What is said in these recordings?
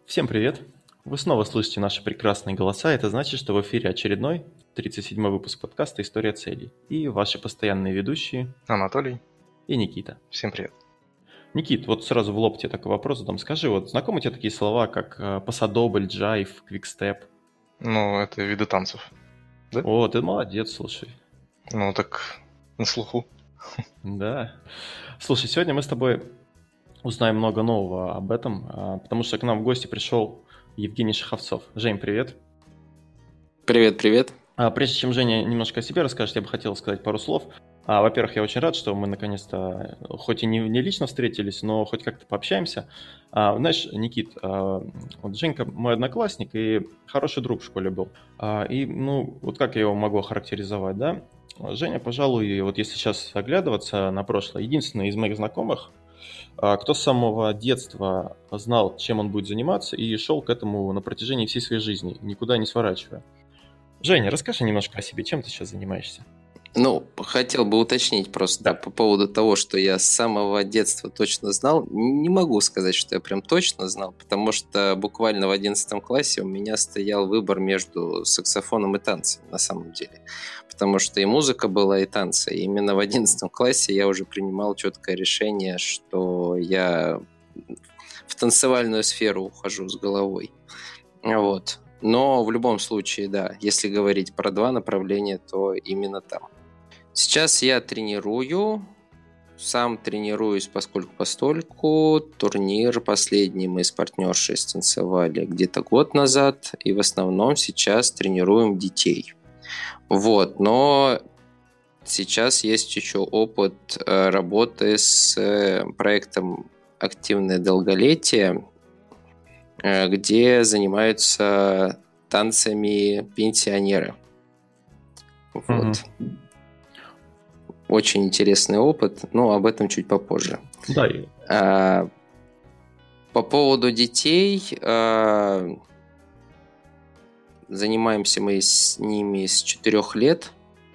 Всем привет! Вы снова слышите наши прекрасные голоса. Это значит, что в эфире очередной 37-й выпуск подкаста «История целей». И ваши постоянные ведущие Анатолий, и Никита. всем привет. Никит, вот сразу в лоб тебе такой вопрос задам. Скажи, вот знакомы тебе такие слова, как пасадобль, джайв, квикстеп? Ну, это виды танцев. Да? О, ты молодец, слушай. Ну, так на слуху. Да. Слушай, сегодня мы с тобой узнаем много нового об этом, потому что к нам в гости пришел Евгений Шаховцов. Жень, привет. Привет, привет. Прежде чем Женя немножко о себе расскажет, я бы хотел сказать пару слов. Во-первых, я очень рад, что мы наконец-то, хоть и не лично встретились, но хоть как-то пообщаемся. Знаешь, Никит, вот Женька мой одноклассник и хороший друг в школе был. Вот как я его могу охарактеризовать, да? Женя, пожалуй, вот если сейчас оглядываться на прошлое, единственный из моих знакомых, кто с самого детства знал, чем он будет заниматься, и шел к этому на протяжении всей своей жизни, никуда не сворачивая. Женя, расскажи немножко о себе, чем ты сейчас занимаешься? Ну, хотел бы уточнить просто Да. по поводу того, что я с самого детства точно знал. Не могу сказать, что я прям точно знал, потому что буквально в 11 классе у меня стоял выбор между саксофоном и танцем, на самом деле. Потому что и музыка была, и танцы. И именно в 11 классе я уже принимал четкое решение, что я в танцевальную сферу ухожу с головой. Вот. Но в любом случае, да, если говорить про два направления, то именно там. Сейчас я сам тренируюсь поскольку-постольку. Турнир последний мы с партнершей станцевали где-то год назад, и в основном сейчас тренируем детей. Вот, но сейчас есть еще опыт работы с проектом «Активное долголетие», где занимаются танцами пенсионеры. Вот. Очень интересный опыт, но об этом чуть попозже. Да. По поводу детей, занимаемся мы с ними с 4 лет.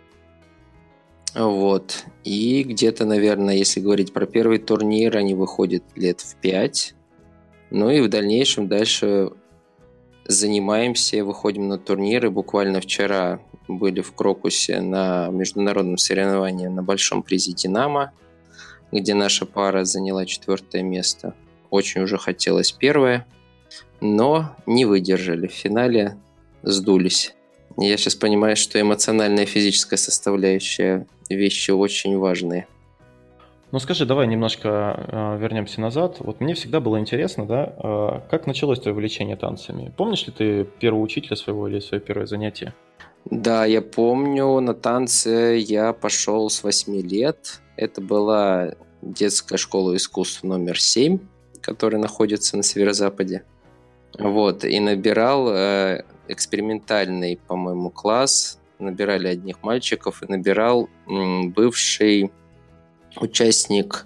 Вот. И где-то, наверное, если говорить про первый турнир, они выходят лет в 5. Ну и в дальнейшем дальше занимаемся, выходим на турниры. Буквально вчера были в Крокусе на международном соревновании на большом призе «Динамо», где наша пара заняла 4 место. Очень уже хотелось 1, но не выдержали. В финале сдулись. Я сейчас понимаю, что эмоциональная и физическая составляющая вещи очень важные. Ну скажи, давай немножко вернемся назад. Вот мне всегда было интересно, да, как началось твое увлечение танцами? Помнишь ли ты первого учителя своего или свое первое занятие? Да, я помню, на танцы я пошел с 8 лет. Это была детская школа искусств номер 7, которая находится на северо-западе. Вот, и набирал экспериментальный, по-моему, класс. Набирали одних мальчиков, и набирал бывший участник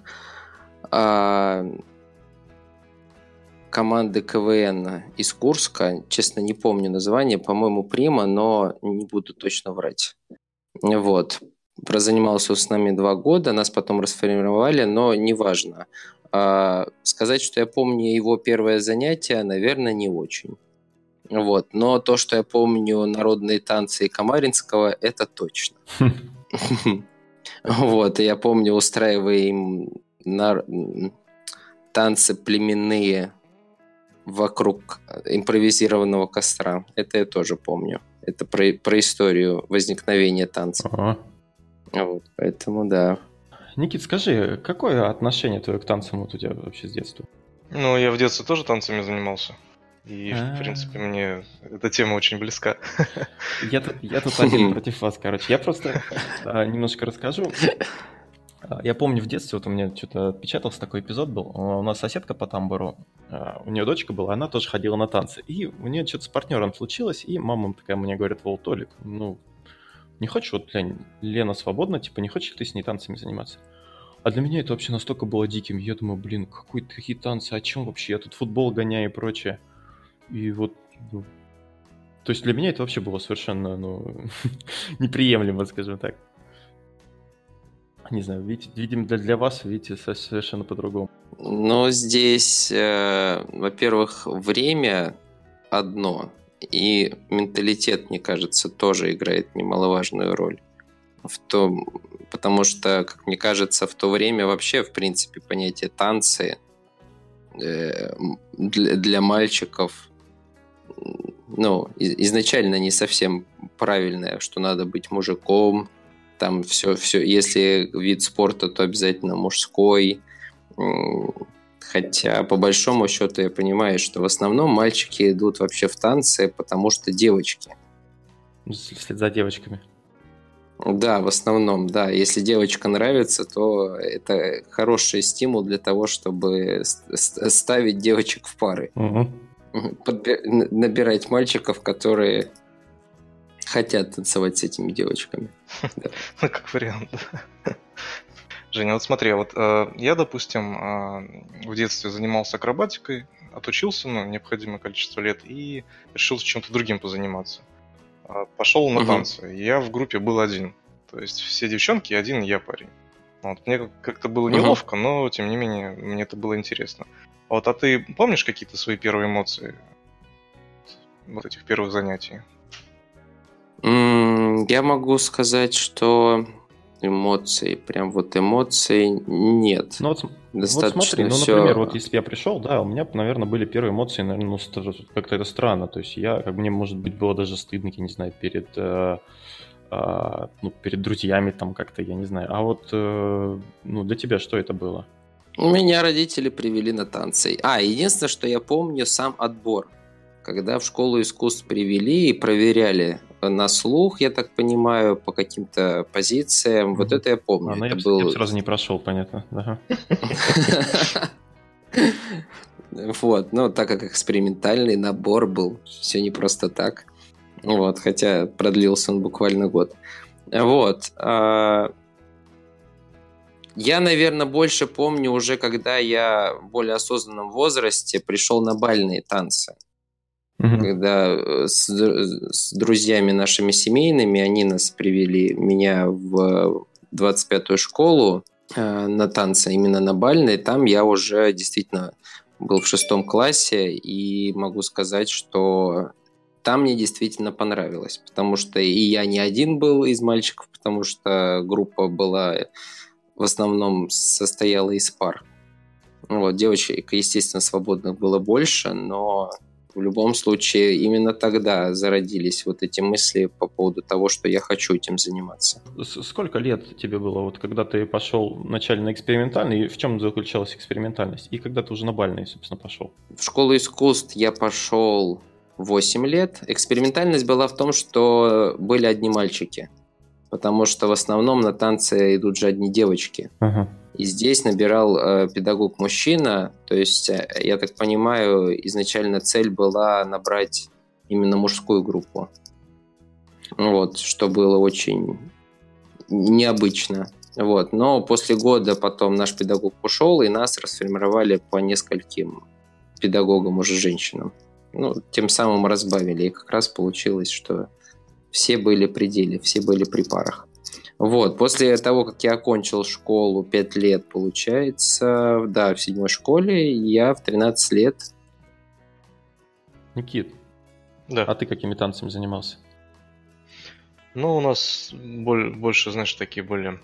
команды КВН из Курска. Честно, не помню название, по-моему, Прима, но не буду точно врать. Вот. Прозанимался с нами 2 года, нас потом расформировали, но неважно. Сказать, что я помню его первое занятие, наверное, не очень. Вот. Но то, что я помню народные танцы и Камаринского, это точно. Вот, и я помню, устраивая им танцы племенные вокруг импровизированного костра. Это я тоже помню. Это про историю возникновения танца. Ага. Вот, поэтому да. Никит, скажи, какое отношение твое к танцам вот у тебя вообще с детства? Ну, я в детстве тоже танцами занимался. И, в принципе, мне эта тема очень близка. Я тут один против вас, короче. Я просто немножко расскажу. Я помню в детстве, вот у меня что-то отпечатался такой эпизод был. У нас соседка по тамбуру, у нее дочка была, она тоже ходила на танцы. И у нее что-то с партнером случилось, и мама такая мне говорит: «Вол, Толик, ну, не хочешь, вот, Лена свободна, типа, не хочешь ты с ней танцами заниматься?» А для меня это вообще настолько было диким. Я думаю, блин, какие танцы, о чем вообще? Я тут футбол гоняю и прочее. И вот, то есть для меня это вообще было совершенно, неприемлемо, скажем так. не знаю, видимо, для вас, видите, совершенно по-другому. Но здесь, во-первых, время одно, и менталитет, мне кажется, тоже играет немаловажную роль. Потому что, как мне кажется, в то время вообще, в принципе, понятие танцы для мальчиков изначально не совсем правильное, что надо быть мужиком, там все, если вид спорта, то обязательно мужской. Хотя, по большому счету, я понимаю, что в основном мальчики идут вообще в танцы, потому что девочки. Вслед за девочками. Да, в основном, да. Если девочка нравится, то это хороший стимул для того, чтобы ставить девочек в пары. Угу. Набирать мальчиков, которые хотят танцевать с этими девочками. Ну, как вариант. Женя, вот смотри, вот я, допустим, в детстве занимался акробатикой, отучился, необходимое количество лет, и решил чем-то другим позаниматься. Пошел на танцы. Я в группе был один. То есть все девчонки, один я парень. Вот. Мне как-то было неловко, но тем не менее мне это было интересно. Вот, а ты помнишь какие-то свои первые эмоции вот этих первых занятий? Я могу сказать, что эмоций нет. Ну Достаточно вот смотри, всё... например, вот если я пришел, да, у меня, наверное, были первые эмоции, наверное, как-то это странно. То есть мне, может быть, было даже стыдно, я не знаю, перед друзьями там как-то, я не знаю. А вот для тебя что это было? Меня родители привели на танцы. Единственное, что я помню, сам отбор. Когда в школу искусств привели и проверяли на слух, я так понимаю, по каким-то позициям. Вот это я помню. Я бы сразу не прошел, понятно. Вот, так как экспериментальный набор был, все не просто так. Вот, хотя продлился он буквально год. Вот. Я, наверное, больше помню уже, когда я в более осознанном возрасте пришел на бальные танцы. Когда с друзьями нашими семейными они нас привели, меня в 25-ю школу на танцы, именно на бальные. Там я уже действительно был в 6 классе, и могу сказать, что там мне действительно понравилось, потому что и я не один был из мальчиков, потому что группа была в основном состояла из пар. Вот, девочек, естественно, свободных было больше, но в любом случае именно тогда зародились вот эти мысли по поводу того, что я хочу этим заниматься. Сколько лет тебе было, вот когда ты пошел вначале на экспериментальный, и в чем заключалась экспериментальность, и когда ты уже на бальный, собственно, пошел? В школу искусств я пошел 8 лет. Экспериментальность была в том, что были одни мальчики, потому что в основном на танцы идут же одни девочки. И здесь набирал педагог-мужчина, то есть, я так понимаю, изначально цель была набрать именно мужскую группу. Вот, что было очень необычно. Вот. Но после года потом наш педагог ушел, и нас расформировали по нескольким педагогам уже женщинам. Тем самым разбавили. И как раз получилось, что все были при деле, все были при парах. Вот, после того, как я окончил школу 5 лет, получается, да, в 7 школе, я в 13 лет. Никит, да. А ты какими танцами занимался? У нас больше, знаешь, такие были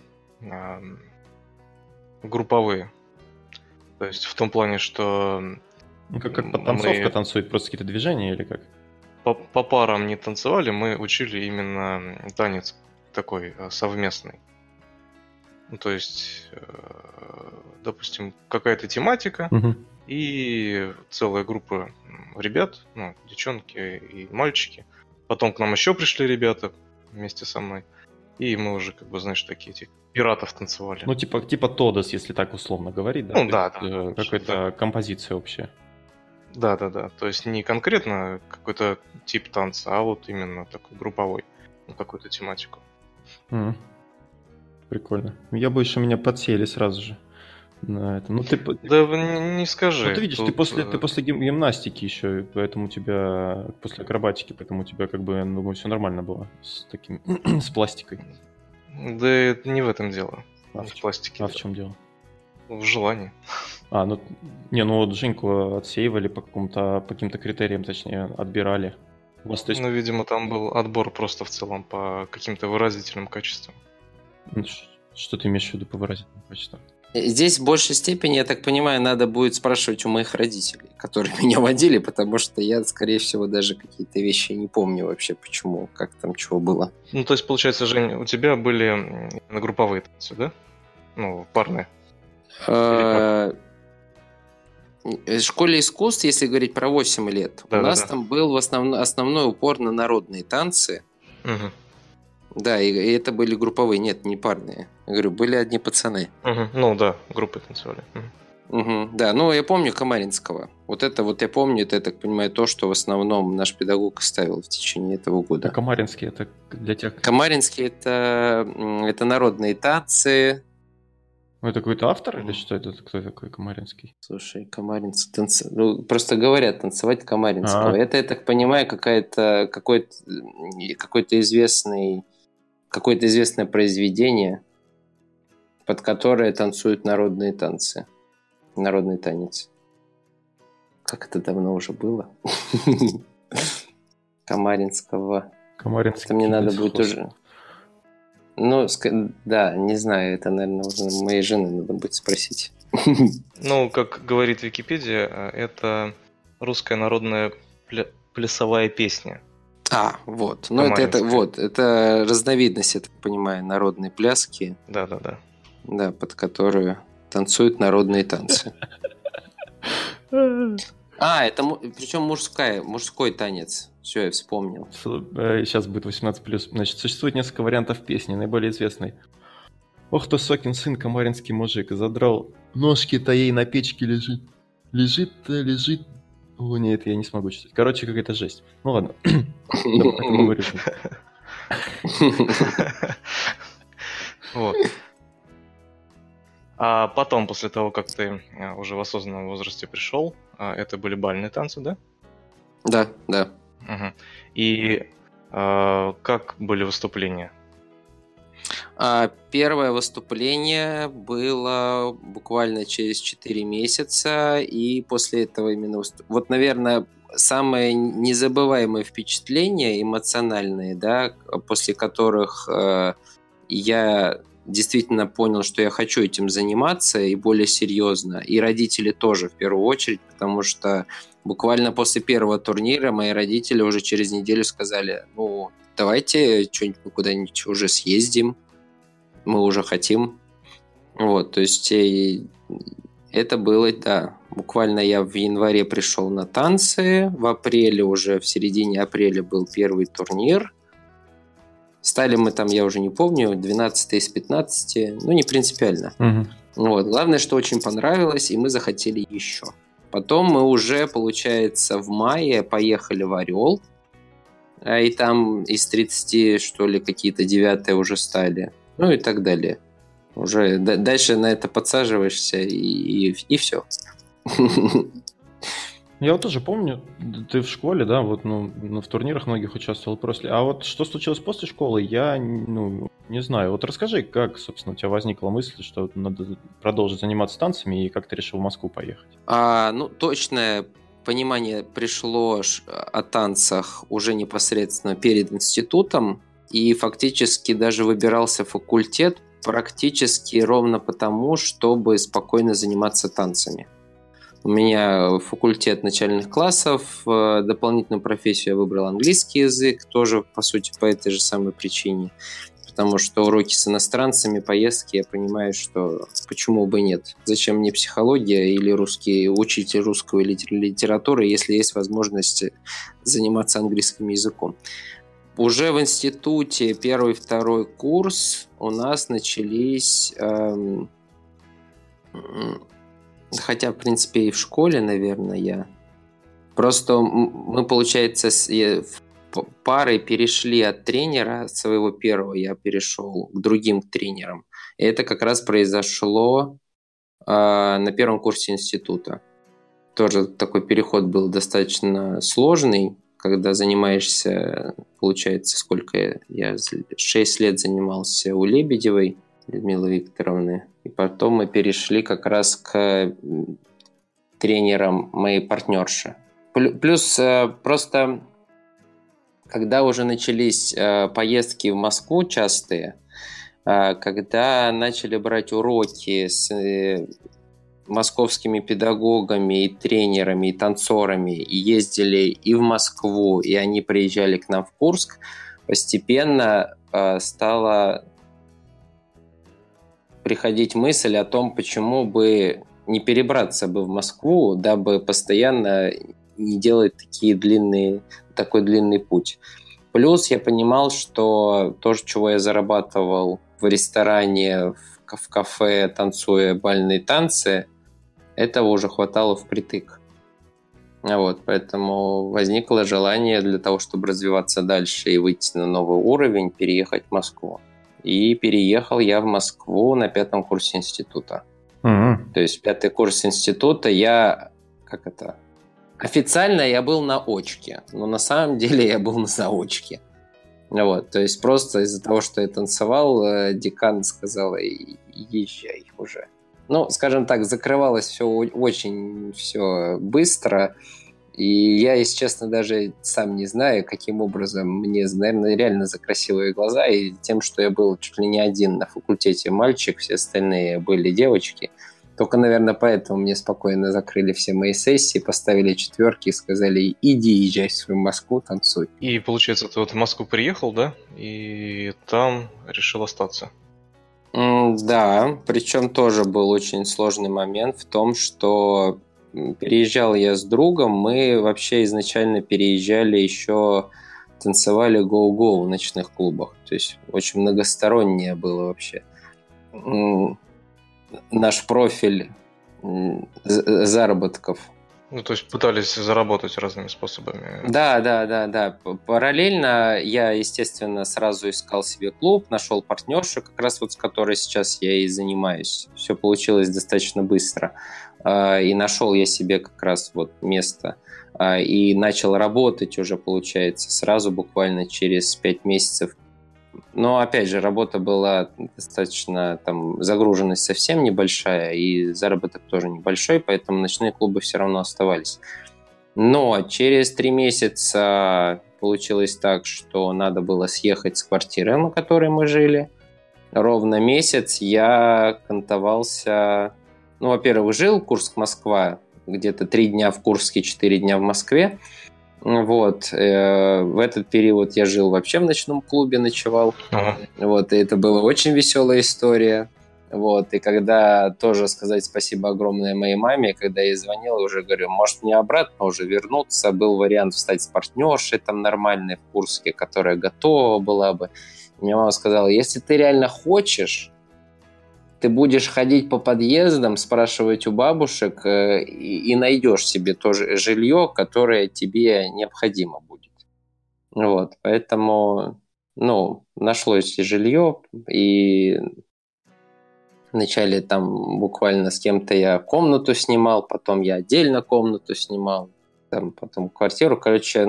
групповые. То есть в том плане, что... Как подтанцовка танцует, просто какие-то движения или как? По парам не танцевали, мы учили именно танец такой совместный. То есть, допустим, какая-то тематика, и целая группа ребят, девчонки и мальчики. Потом к нам еще пришли ребята вместе со мной, и мы уже, знаешь, такие этих пиратов танцевали. Типа Тодос, если так условно говорить, да? Да. Какая-то композиция общая. Да. То есть не конкретно какой-то тип танца, а вот именно такой групповой, какую-то тематику. Прикольно. Я больше меня подсели сразу же на это. Да не скажи. Ты видишь, ты после гимнастики еще, поэтому у тебя после акробатики, поэтому у тебя я думаю, все нормально было с пластикой. Да это не в этом дело. А в пластике. в чем дело? В желании. Ну вот Женьку отсеивали по каким-то критериям, точнее, отбирали. У вас, то есть, Ну, видимо, там был отбор просто в целом по каким-то выразительным качествам. что ты имеешь в виду по выразительным качествам? Здесь в большей степени, я так понимаю, надо будет спрашивать у моих родителей, которые меня водили, потому что я, скорее всего, даже какие-то вещи не помню вообще, почему, как там, чего было. Ну, то есть, получается, Жень, у тебя были именно групповые танцы, да? Ну, парные. В школе искусств, если говорить про 8 лет, у нас там был основной упор на народные танцы. Угу. Да, и это были групповые, нет, не парные. Я говорю, были одни пацаны. Ну да, группы танцевали. Да, ну я помню Камаринского. Вот это вот я помню, это, я так понимаю, то, что в основном наш педагог ставил в течение этого года. А Камаринский это для тех... Камаринский это народные танцы. Ну, это какой-то автор или что это? Кто такой Камаринский? Слушай, Камаринский ну, просто говорят танцевать Камаринского. Это, я так понимаю, какое-то известное произведение, под которое танцуют народные танцы. Народный танец. Как это давно уже было? Камаринского. Камаринский. Это мне надо будет уже... Ну, да, не знаю, это, наверное, уже моей жены надо будет спросить. Ну, как говорит Википедия, это русская народная плясовая песня. Вот. Ну, это разновидность, я так понимаю, народной пляски. Да. Да, под которую танцуют народные танцы. Это причем мужской танец. Все, я вспомнил. Сейчас будет 18+. Значит, существует несколько вариантов песни. Наиболее известный. Ох, то сокин сын, камаринский мужик, задрал ножки-то ей на печке лежит. Лежит-то, лежит. О, нет, я не смогу читать. Короче, какая-то жесть. Ну ладно. Вот. А потом, после того, как ты уже в осознанном возрасте пришел, это были бальные танцы, да? Да. Угу. И как были выступления? Первое выступление было буквально через 4 месяца, и после этого именно... Вот, наверное, самые незабываемые впечатления эмоциональные, да, после которых я действительно понял, что я хочу этим заниматься и более серьезно. И родители тоже, в первую очередь, потому что буквально после первого турнира мои родители уже через неделю сказали, ну, давайте что-нибудь куда-нибудь уже съездим, мы уже хотим. Вот, то есть это было, да, буквально я в январе пришел на танцы, в апреле уже, в середине апреля был первый турнир. Стали мы там, я уже не помню, 12 из 15, ну не принципиально. Вот. Главное, что очень понравилось, и мы захотели еще. Потом мы уже, получается, в мае поехали в Орел, и там из 30, что ли, какие-то 9 уже стали, ну и так далее. Уже дальше на это подсаживаешься, и все. Я вот тоже помню, ты в школе, да, вот, в турнирах многих участвовал после. А вот что случилось после школы, я, не знаю. Вот расскажи, как, собственно, у тебя возникла мысль, что надо продолжить заниматься танцами, и как ты решил в Москву поехать? Точное понимание пришло о танцах уже непосредственно перед институтом, и фактически даже выбирался факультет практически ровно потому, чтобы спокойно заниматься танцами. У меня факультет начальных классов, дополнительную профессию я выбрал английский язык, тоже, по сути, по этой же самой причине. Потому что уроки с иностранцами, поездки, я понимаю, что почему бы нет. Зачем мне психология или учитель русского литературы, если есть возможность заниматься английским языком. Уже в институте первый-второй курс у нас начались... Хотя, в принципе, и в школе, наверное, Просто мы, получается, парой перешли от тренера своего первого, я перешел к другим тренерам. И это как раз произошло на первом курсе института. Тоже такой переход был достаточно сложный, когда занимаешься, получается, сколько я 6 лет занимался у Лебедевой Людмилы Викторовны. И потом мы перешли как раз к тренерам моей партнерши. Плюс просто, когда уже начались поездки в Москву частые, когда начали брать уроки с московскими педагогами и тренерами, и танцорами, и ездили и в Москву, и они приезжали к нам в Курск, постепенно стала приходить мысль о том, почему бы не перебраться бы в Москву, дабы постоянно не делать такой длинный путь. Плюс я понимал, что то, чего я зарабатывал в ресторане, в кафе, танцуя бальные танцы, этого уже хватало впритык. Вот, поэтому возникло желание для того, чтобы развиваться дальше и выйти на новый уровень, переехать в Москву. И переехал я в Москву на 5 курсе института. То есть 5 курс института официально я был на очке, но на самом деле я был на заочке. Вот, то есть просто из-за того, что я танцевал, декан сказал: езжай уже. Ну, скажем так, закрывалось все очень все быстро. И я, если честно, даже сам не знаю, каким образом мне, наверное, реально за красивые глаза и тем, что я был чуть ли не один на факультете мальчик, все остальные были девочки. Только, наверное, поэтому мне спокойно закрыли все мои сессии, поставили 4 и сказали: иди, езжай в свою Москву, танцуй. И, получается, ты вот в Москву приехал, да? И там решил остаться. Да, причем тоже был очень сложный момент в том, что переезжал я с другом, мы вообще изначально переезжали еще, танцевали гоу-гоу в ночных клубах, то есть очень многостороннее было вообще. Наш профиль заработков. Ну, то есть пытались заработать разными способами. Да. Параллельно я, естественно, сразу искал себе клуб, нашел партнершу, как раз вот с которой сейчас я и занимаюсь. Все получилось достаточно быстро. И нашел я себе как раз вот место. И начал работать уже, получается, сразу буквально через 5 месяцев. Но, опять же, работа была достаточно, там, загруженность совсем небольшая, и заработок тоже небольшой, поэтому ночные клубы все равно оставались. Но через 3 месяца получилось так, что надо было съехать с квартиры, на которой мы жили. Ровно месяц я кантовался... Ну, во-первых, жил Курск-Москва, где-то 3 дня в Курске, 4 дня в Москве. Вот. В этот период я жил вообще в ночном клубе, ночевал. Вот. И это была очень веселая история. Вот. И когда тоже сказать спасибо огромное моей маме, когда я ей звонил, уже говорю, может мне обратно уже вернуться. Был вариант встать с партнершей там нормальной в Курске, которая готова была бы. И мне мама сказала: если ты реально хочешь, ты будешь ходить по подъездам, спрашивать у бабушек и найдешь себе тоже жилье, которое тебе необходимо будет. Вот, поэтому, нашлось и жилье, и вначале там буквально с кем-то я комнату снимал, потом я отдельно комнату снимал, там, потом квартиру. Короче,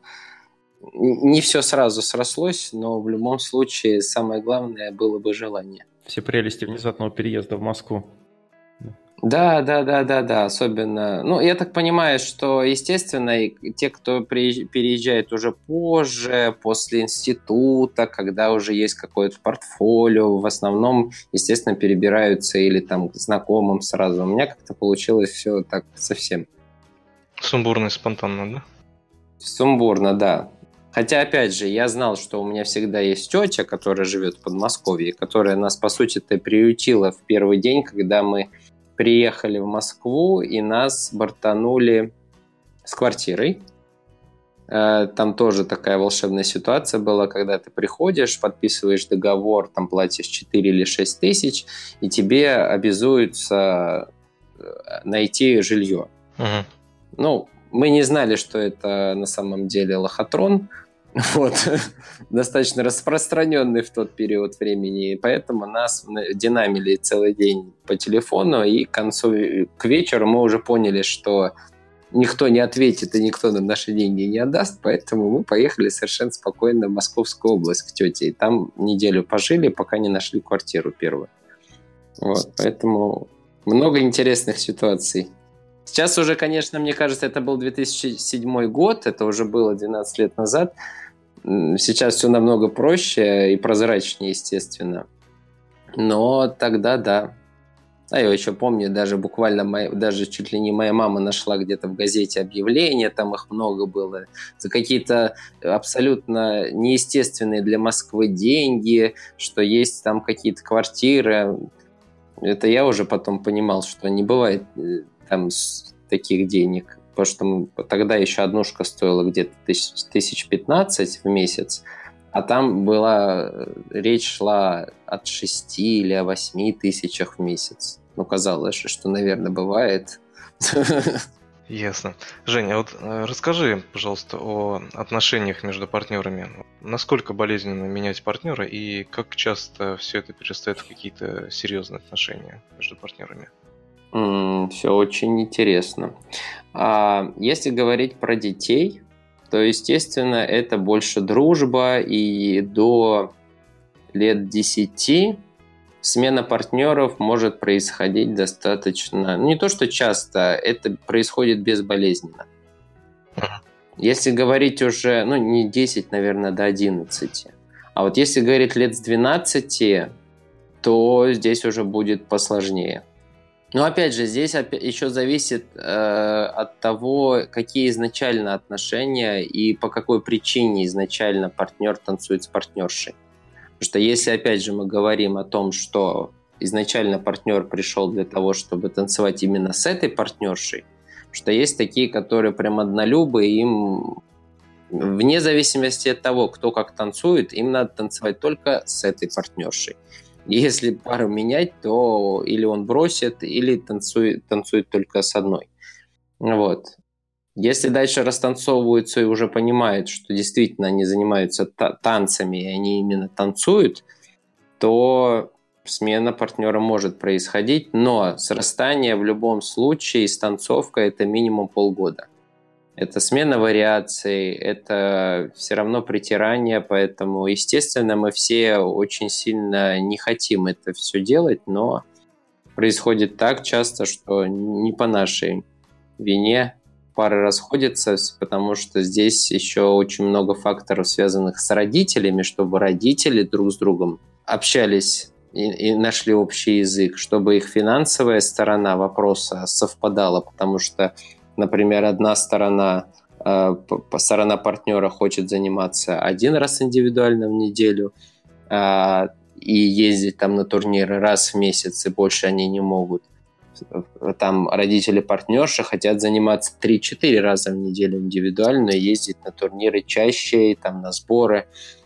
не все сразу срослось, но в любом случае самое главное было бы желание. Все прелести внезапного переезда в Москву. Да, особенно. Я так понимаю, что, естественно, те, кто переезжает уже позже, после института, когда уже есть какое-то портфолио, в основном, естественно, перебираются или там к знакомым сразу. У меня как-то получилось все так совсем. Сумбурно и спонтанно, да? Сумбурно, да. Хотя, опять же, я знал, что у меня всегда есть тетя, которая живет в Подмосковье, которая нас, по сути-то, приютила в первый день, когда мы приехали в Москву, и нас бортанули с квартирой. Там тоже такая волшебная ситуация была, когда ты приходишь, подписываешь договор, там платишь 4 или 6 тысяч, и тебе обязуются найти жилье. Мы не знали, что это на самом деле лохотрон, достаточно распространенный в тот период времени, и поэтому нас динамили целый день по телефону, и к вечеру мы уже поняли, что никто не ответит и никто нам наши деньги не отдаст, поэтому мы поехали совершенно спокойно в Московскую область к тете, и там неделю пожили, пока не нашли квартиру первую. Вот, поэтому много интересных ситуаций. Сейчас уже, конечно, мне кажется, это был 2007 год, это уже было 12 лет назад. Сейчас все намного проще и прозрачнее, естественно. Но тогда да. А я еще помню, даже буквально, даже чуть ли не моя мама нашла где-то в газете объявления, там их много было, за какие-то абсолютно неестественные для Москвы деньги, что есть там какие-то квартиры. Это я уже потом понимал, что не бывает там таких денег, потому что тогда еще однушка стоила где-то 1500 в месяц, а там речь шла от 6 или о 8 тысячах в месяц. Ну, казалось, что, наверное, бывает. Ясно. Женя, вот расскажи, пожалуйста, о отношениях между партнерами. Насколько болезненно менять партнера и как часто все это перестает в какие-то серьезные отношения между партнерами? Все очень интересно. Если говорить про детей, то, естественно, это больше дружба, и до лет 10 смена партнеров может происходить достаточно... не то, что часто, это происходит безболезненно. Если говорить уже, не 10, наверное, до 11, а вот если говорить лет с 12, то здесь уже будет посложнее. Но опять же, здесь еще зависит от того, какие изначально отношения и по какой причине изначально партнер танцует с партнершей. Потому что если, опять же, мы говорим о том, что изначально партнер пришел для того, чтобы танцевать именно с этой партнершей, потому что есть такие, которые прям однолюбы, им вне зависимости от того, кто как танцует, им надо танцевать только с этой партнершей. Если пару менять, то или он бросит, или танцует только с одной. Вот. Если дальше растанцовываются и уже понимают, что действительно они занимаются танцами, и они именно танцуют, то смена партнера может происходить, но срастание в любом случае с танцовкой это минимум полгода. Это смена вариаций, это все равно притирание, поэтому, естественно, мы все очень сильно не хотим это все делать, но происходит так часто, что не по нашей вине пары расходятся, потому что здесь еще очень много факторов, связанных с родителями, чтобы родители друг с другом общались и нашли общий язык, чтобы их финансовая сторона вопроса совпадала, потому что, например, одна сторона партнера хочет заниматься один раз индивидуально в неделю и ездить там на турниры раз в месяц, и больше они не могут. Там родители партнерши хотят заниматься 3-4 раза в неделю индивидуально, ездить на турниры чаще, и там на сборы.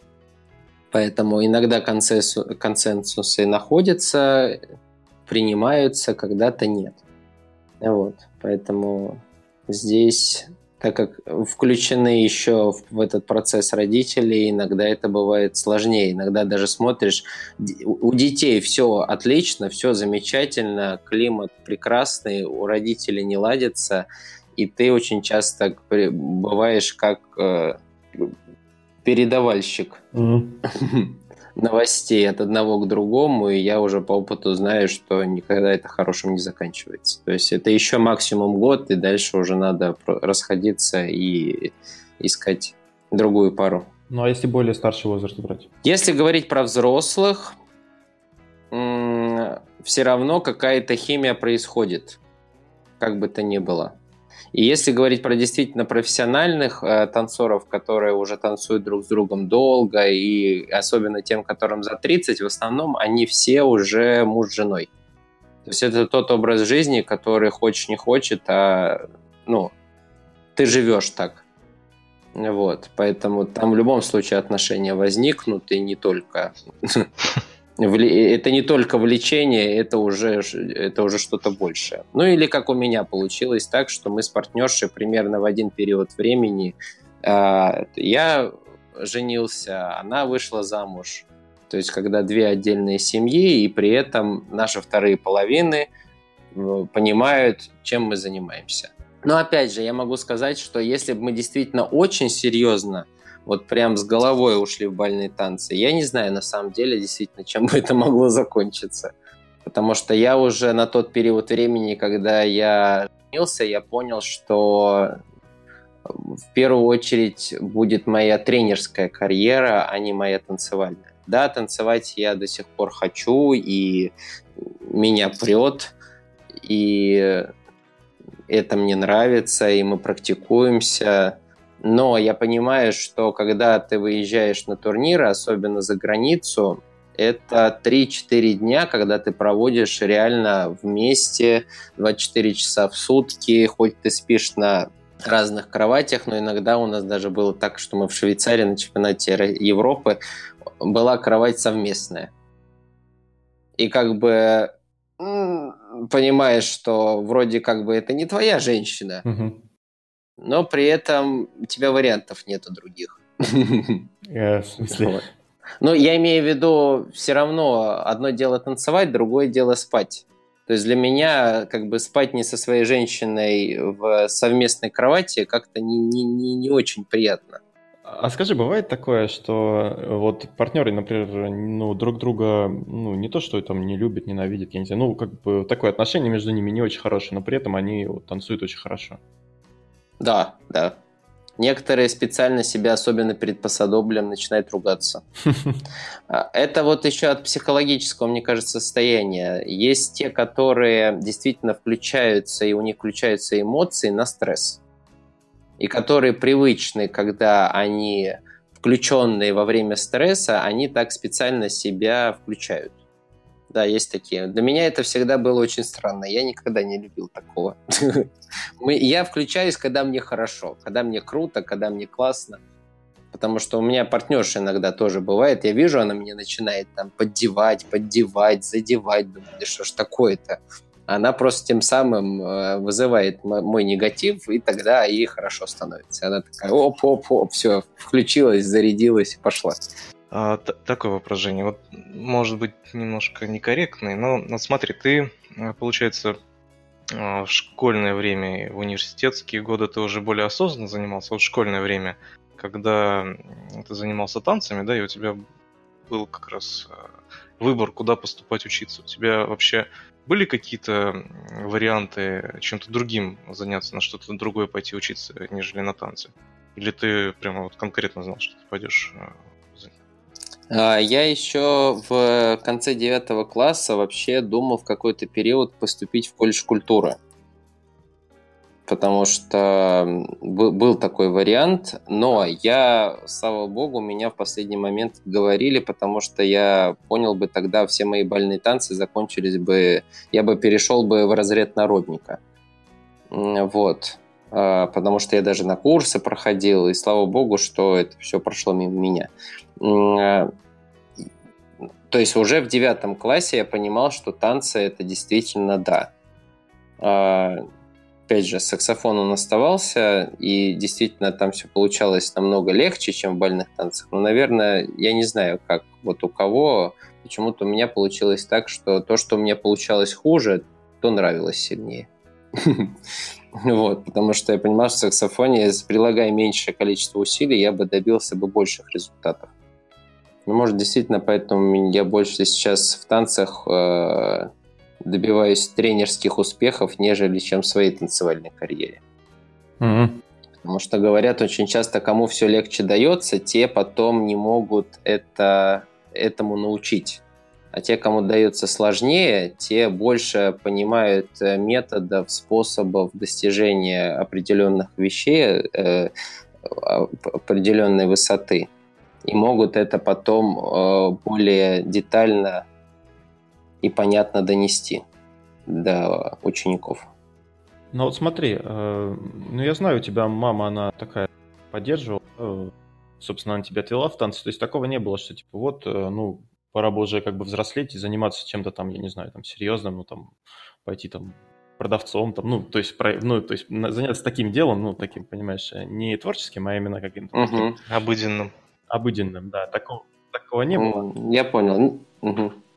Поэтому иногда консенсусы находятся, принимаются, когда-то нет. Вот. Поэтому здесь, так как включены еще в этот процесс родители, иногда это бывает сложнее. Иногда даже смотришь, у детей все отлично, все замечательно, климат прекрасный, у родителей не ладится, и ты очень часто бываешь как передавальщик новостей от одного к другому, и я уже по опыту знаю, что никогда это хорошим не заканчивается. То есть это еще максимум год, и дальше уже надо расходиться и искать другую пару. Ну а если более старший возраст брать? Если говорить про взрослых, все равно какая-то химия происходит, как бы то ни было. И если говорить про действительно профессиональных танцоров, которые уже танцуют друг с другом долго, и особенно тем, которым за 30, в основном они все уже муж с женой. То есть это тот образ жизни, который хочешь не хочет, ты живешь так. Вот. Поэтому там в любом случае отношения возникнут, и не только... Это не только влечение, это уже что-то большее. Ну или как у меня получилось так, что мы с партнершей примерно в один период времени я женился, она вышла замуж. То есть когда две отдельные семьи, и при этом наши вторые половины понимают, чем мы занимаемся. Но опять же, я могу сказать, что если бы мы действительно очень серьезно, вот прям с головой ушли в бальные танцы, я не знаю на самом деле действительно, чем бы это могло закончиться. Потому что я уже на тот период времени, когда я женился, я понял, что в первую очередь будет моя тренерская карьера, а не моя танцевальная. Да, танцевать я до сих пор хочу, и меня прет, и это мне нравится, и мы практикуемся. Но я понимаю, что когда ты выезжаешь на турниры, особенно за границу, это 3-4 дня, когда ты проводишь реально вместе 24 часа в сутки, хоть ты спишь на разных кроватях, но иногда у нас даже было так, что мы в Швейцарии на чемпионате Европы была кровать совместная. И как бы понимаешь, что вроде как бы это не твоя женщина, но при этом у тебя вариантов нету других. В смысле? Вот. Ну, я имею в виду, все равно одно дело танцевать, другое дело спать. То есть для меня как бы спать не со своей женщиной в совместной кровати как-то не очень приятно. А скажи, бывает такое, что вот партнеры, например, ну, друг друга, ну, не то, что там не любят, ненавидят, я не знаю, ну, как бы такое отношение между ними не очень хорошее, но при этом они вот танцуют очень хорошо. Да, да. Некоторые специально себя, особенно перед посадоблем, начинают ругаться. Это вот еще от психологического, мне кажется, состояния. Есть те, которые действительно включаются, и у них включаются эмоции на стресс. И которые привычны, когда они включенные во время стресса, они так специально себя включают. Да, есть такие. Для меня это всегда было очень странно. Я никогда не любил такого. Я включаюсь, когда мне хорошо, когда мне круто, когда мне классно. Потому что у меня партнерша иногда тоже бывает. Я вижу, она меня начинает там поддевать, задевать. Думаю, да что ж такое-то? Она просто тем самым вызывает мой негатив, и тогда ей хорошо становится. Она такая оп, все, включилась, зарядилась и пошла. Такой вопрос, Женя. Вот, может быть, немножко некорректный, но вот смотри, ты, получается, в школьное время, в университетские годы ты уже более осознанно занимался. Вот в школьное время, когда ты занимался танцами, да, и у тебя был как раз выбор, куда поступать учиться. У тебя вообще были какие-то варианты чем-то другим заняться, на что-то другое пойти учиться, нежели на танцы? Или ты прямо вот конкретно знал, что ты пойдешь? Я еще в конце 9 класса вообще думал в какой-то период поступить в колледж культуры. Потому что был такой вариант, но я, слава богу, меня в последний момент говорили, потому что я понял бы тогда, все мои бальные танцы закончились бы, я бы перешел бы в разряд народника. Вот. Потому что я даже на курсы проходил, и слава богу, что это все прошло мимо меня. То есть уже в 9 классе я понимал, что танцы это действительно да. Опять же, саксофон он оставался, и действительно там все получалось намного легче, чем в бальных танцах. Но, наверное, я не знаю, как вот у кого, почему-то у меня получилось так, что то, что у меня получалось хуже, то нравилось сильнее. Вот, потому что я понимал, что в саксофоне, прилагая меньшее количество усилий, я бы добился бы больших результатов. Ну, может, действительно, поэтому я больше сейчас в танцах добиваюсь тренерских успехов, нежели чем в своей танцевальной карьере. Потому что говорят очень часто, кому все легче дается, те потом не могут этому научить. А те, кому дается сложнее, те больше понимают методов, способов достижения определенных вещей, определенной высоты. И могут это потом более детально и понятно донести до учеников. Ну вот смотри, ну я знаю, у тебя мама, она такая поддерживала, собственно, она тебя отвела в танцы, то есть такого не было, что типа вот, ну, пора бы уже как бы взрослеть и заниматься чем-то там, я не знаю, там серьезным, ну там пойти там продавцом, там, ну, то есть заняться таким делом, ну, таким, понимаешь, не творческим, а именно каким-то таким обыденным. Обыденным, да, такого не было. Я понял.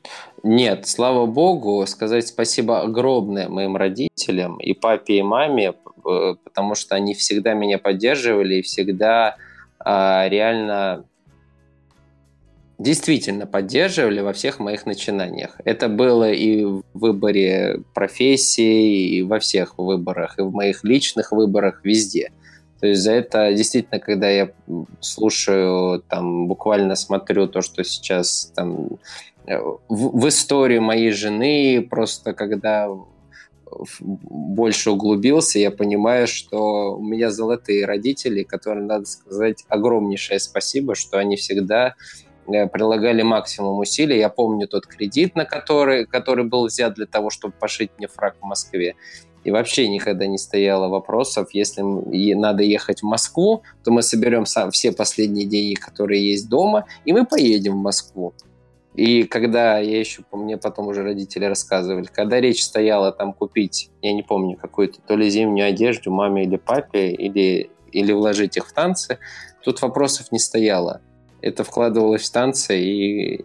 Нет, слава богу, сказать спасибо огромное моим родителям, и папе, и маме, потому что они всегда меня поддерживали и всегда реально действительно поддерживали во всех моих начинаниях. Это было и в выборе профессии, и во всех выборах, и в моих личных выборах, везде. То есть за это действительно, когда я слушаю, там, буквально смотрю то, что сейчас там в историю моей жены, просто когда больше углубился, я понимаю, что у меня золотые родители, которым надо сказать огромнейшее спасибо, что они всегда прилагали максимум усилий. Я помню тот кредит, который был взят для того, чтобы пошить мне фрак в Москве. И вообще никогда не стояло вопросов, если надо ехать в Москву, то мы соберем все последние деньги, которые есть дома, и мы поедем в Москву. И когда, я еще, мне потом уже родители рассказывали, когда речь стояла там купить, я не помню, какую-то то ли зимнюю одежду маме или папе, или вложить их в танцы, тут вопросов не стояло. Это вкладывалось в танцы,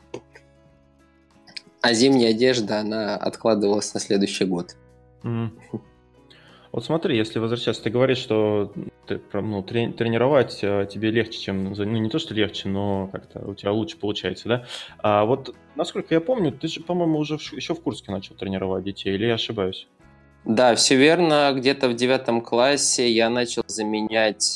а зимняя одежда, она откладывалась на следующий год. Вот смотри, если возвращаться, ты говоришь, что тренировать тебе легче, чем... не то, что легче, но как-то у тебя лучше получается, да? А вот, насколько я помню, ты же, по-моему, уже еще в Курске начал тренировать детей, или я ошибаюсь? Да, все верно. Где-то в 9 классе я начал заменять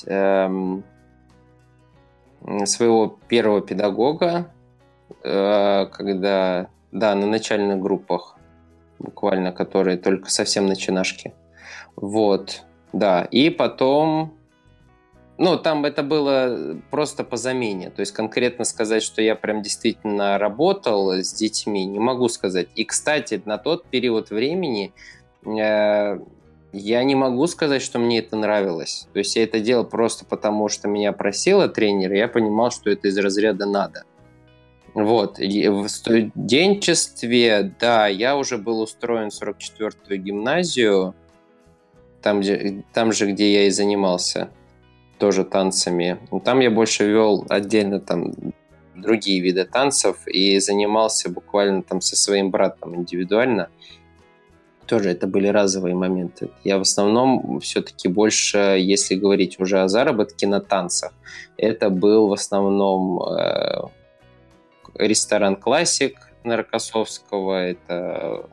своего первого педагога, когда, да, на начальных группах, буквально, которые только совсем начинашки. Вот, да. И потом, там это было просто по замене. То есть конкретно сказать, что я прям действительно работал с детьми, не могу сказать. И, кстати, на тот период времени я не могу сказать, что мне это нравилось. То есть я это делал просто потому, что меня просила тренер, и я понимал, что это из разряда надо. Вот. И в студенчестве, да, я уже был устроен в 44-ю гимназию, там же, где я и занимался тоже танцами. Там я больше вел отдельно там другие виды танцев и занимался буквально там со своим братом индивидуально. Тоже это были разовые моменты. Я в основном все-таки больше, если говорить уже о заработке на танцах, это был в основном ресторан «Классик» на Рокоссовского, это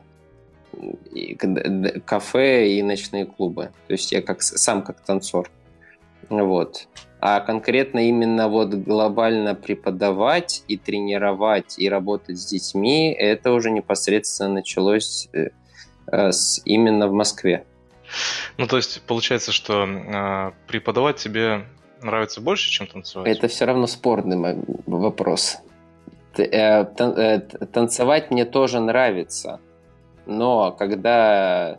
кафе и ночные клубы. То есть я сам как танцор. Вот. А конкретно именно вот глобально преподавать и тренировать и работать с детьми, это уже непосредственно началось именно в Москве. То есть получается, что преподавать тебе нравится больше, чем танцевать? Это все равно спорный вопрос. Танцевать мне тоже нравится, но когда...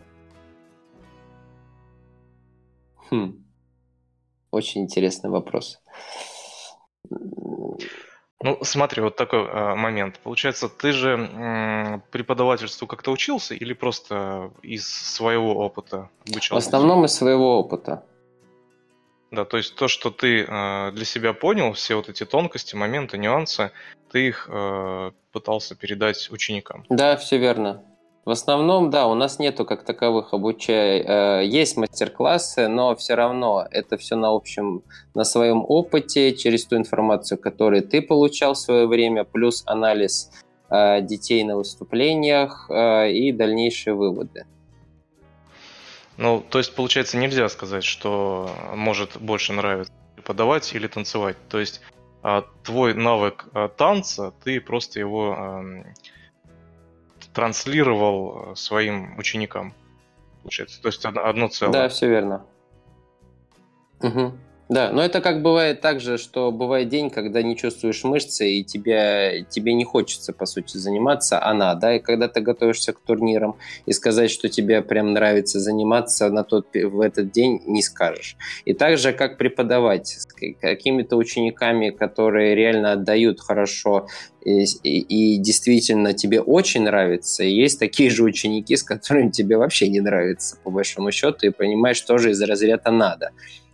Очень интересный вопрос. Смотри, вот такой момент. Получается, ты же преподавательству как-то учился или просто из своего опыта обучался? В основном из своего опыта. Да, то есть то, что ты для себя понял, все вот эти тонкости, моменты, нюансы, ты их пытался передать ученикам. Да, все верно. В основном, да, у нас нету как таковых есть мастер-классы, но все равно это все на своем опыте, через ту информацию, которую ты получал в свое время, плюс анализ детей на выступлениях и дальнейшие выводы. То есть, получается, нельзя сказать, что может больше нравиться преподавать или танцевать. То есть твой навык танца, ты просто его транслировал своим ученикам, получается. То есть одно целое. Да, все верно. Угу. Да, но это как бывает так же, что бывает день, когда не чувствуешь мышцы, и тебе не хочется, по сути, заниматься, а надо. И когда ты готовишься к турнирам, и сказать, что тебе прям нравится заниматься в этот день, не скажешь. И так же, как преподавать с какими-то учениками, которые реально отдают хорошо, и действительно тебе очень нравится, и есть такие же ученики, с которыми тебе вообще не нравится, по большому счету, и понимаешь, тоже из разряда надо.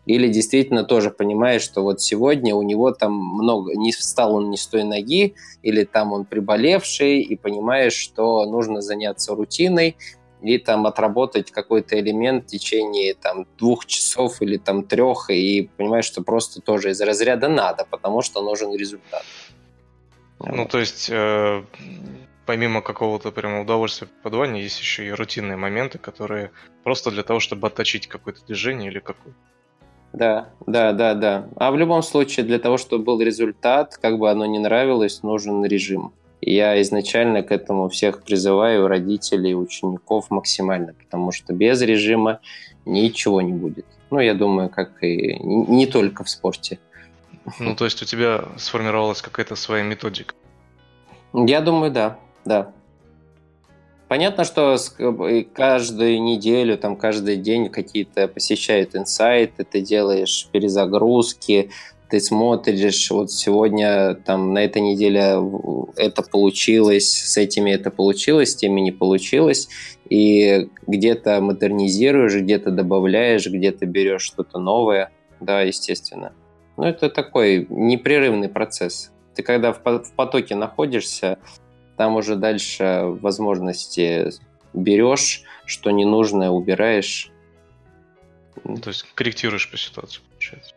Или действительно тоже понимаешь, что вот сегодня у него там много, не встал он не с той ноги, или там он приболевший, и понимаешь, что нужно заняться рутиной и там отработать какой-то элемент в течение там 2 часов или там 3, и понимаешь, что просто тоже из разряда надо, потому что нужен результат. Ну, то есть, помимо какого-то прямо удовольствия преподавания, есть еще и рутинные моменты, которые просто для того, чтобы отточить какое-то движение или какое-то. Да. А в любом случае, для того, чтобы был результат, как бы оно ни нравилось, нужен режим. И я изначально к этому всех призываю, родителей, учеников максимально, потому что без режима ничего не будет. Ну, я думаю, как и не только в спорте. Ну, то есть у тебя сформировалась какая-то своя методика. Я думаю, да. Понятно, что каждую неделю, там, каждый день какие-то посещают инсайты, ты делаешь перезагрузки, ты смотришь, вот сегодня, там, на этой неделе это получилось, с этими это получилось, с теми не получилось, и где-то модернизируешь, где-то добавляешь, где-то берешь что-то новое, да, естественно. Ну, это такой непрерывный процесс. Ты когда в потоке находишься, там уже дальше возможности берешь, что ненужное убираешь. То есть корректируешь по ситуации, получается.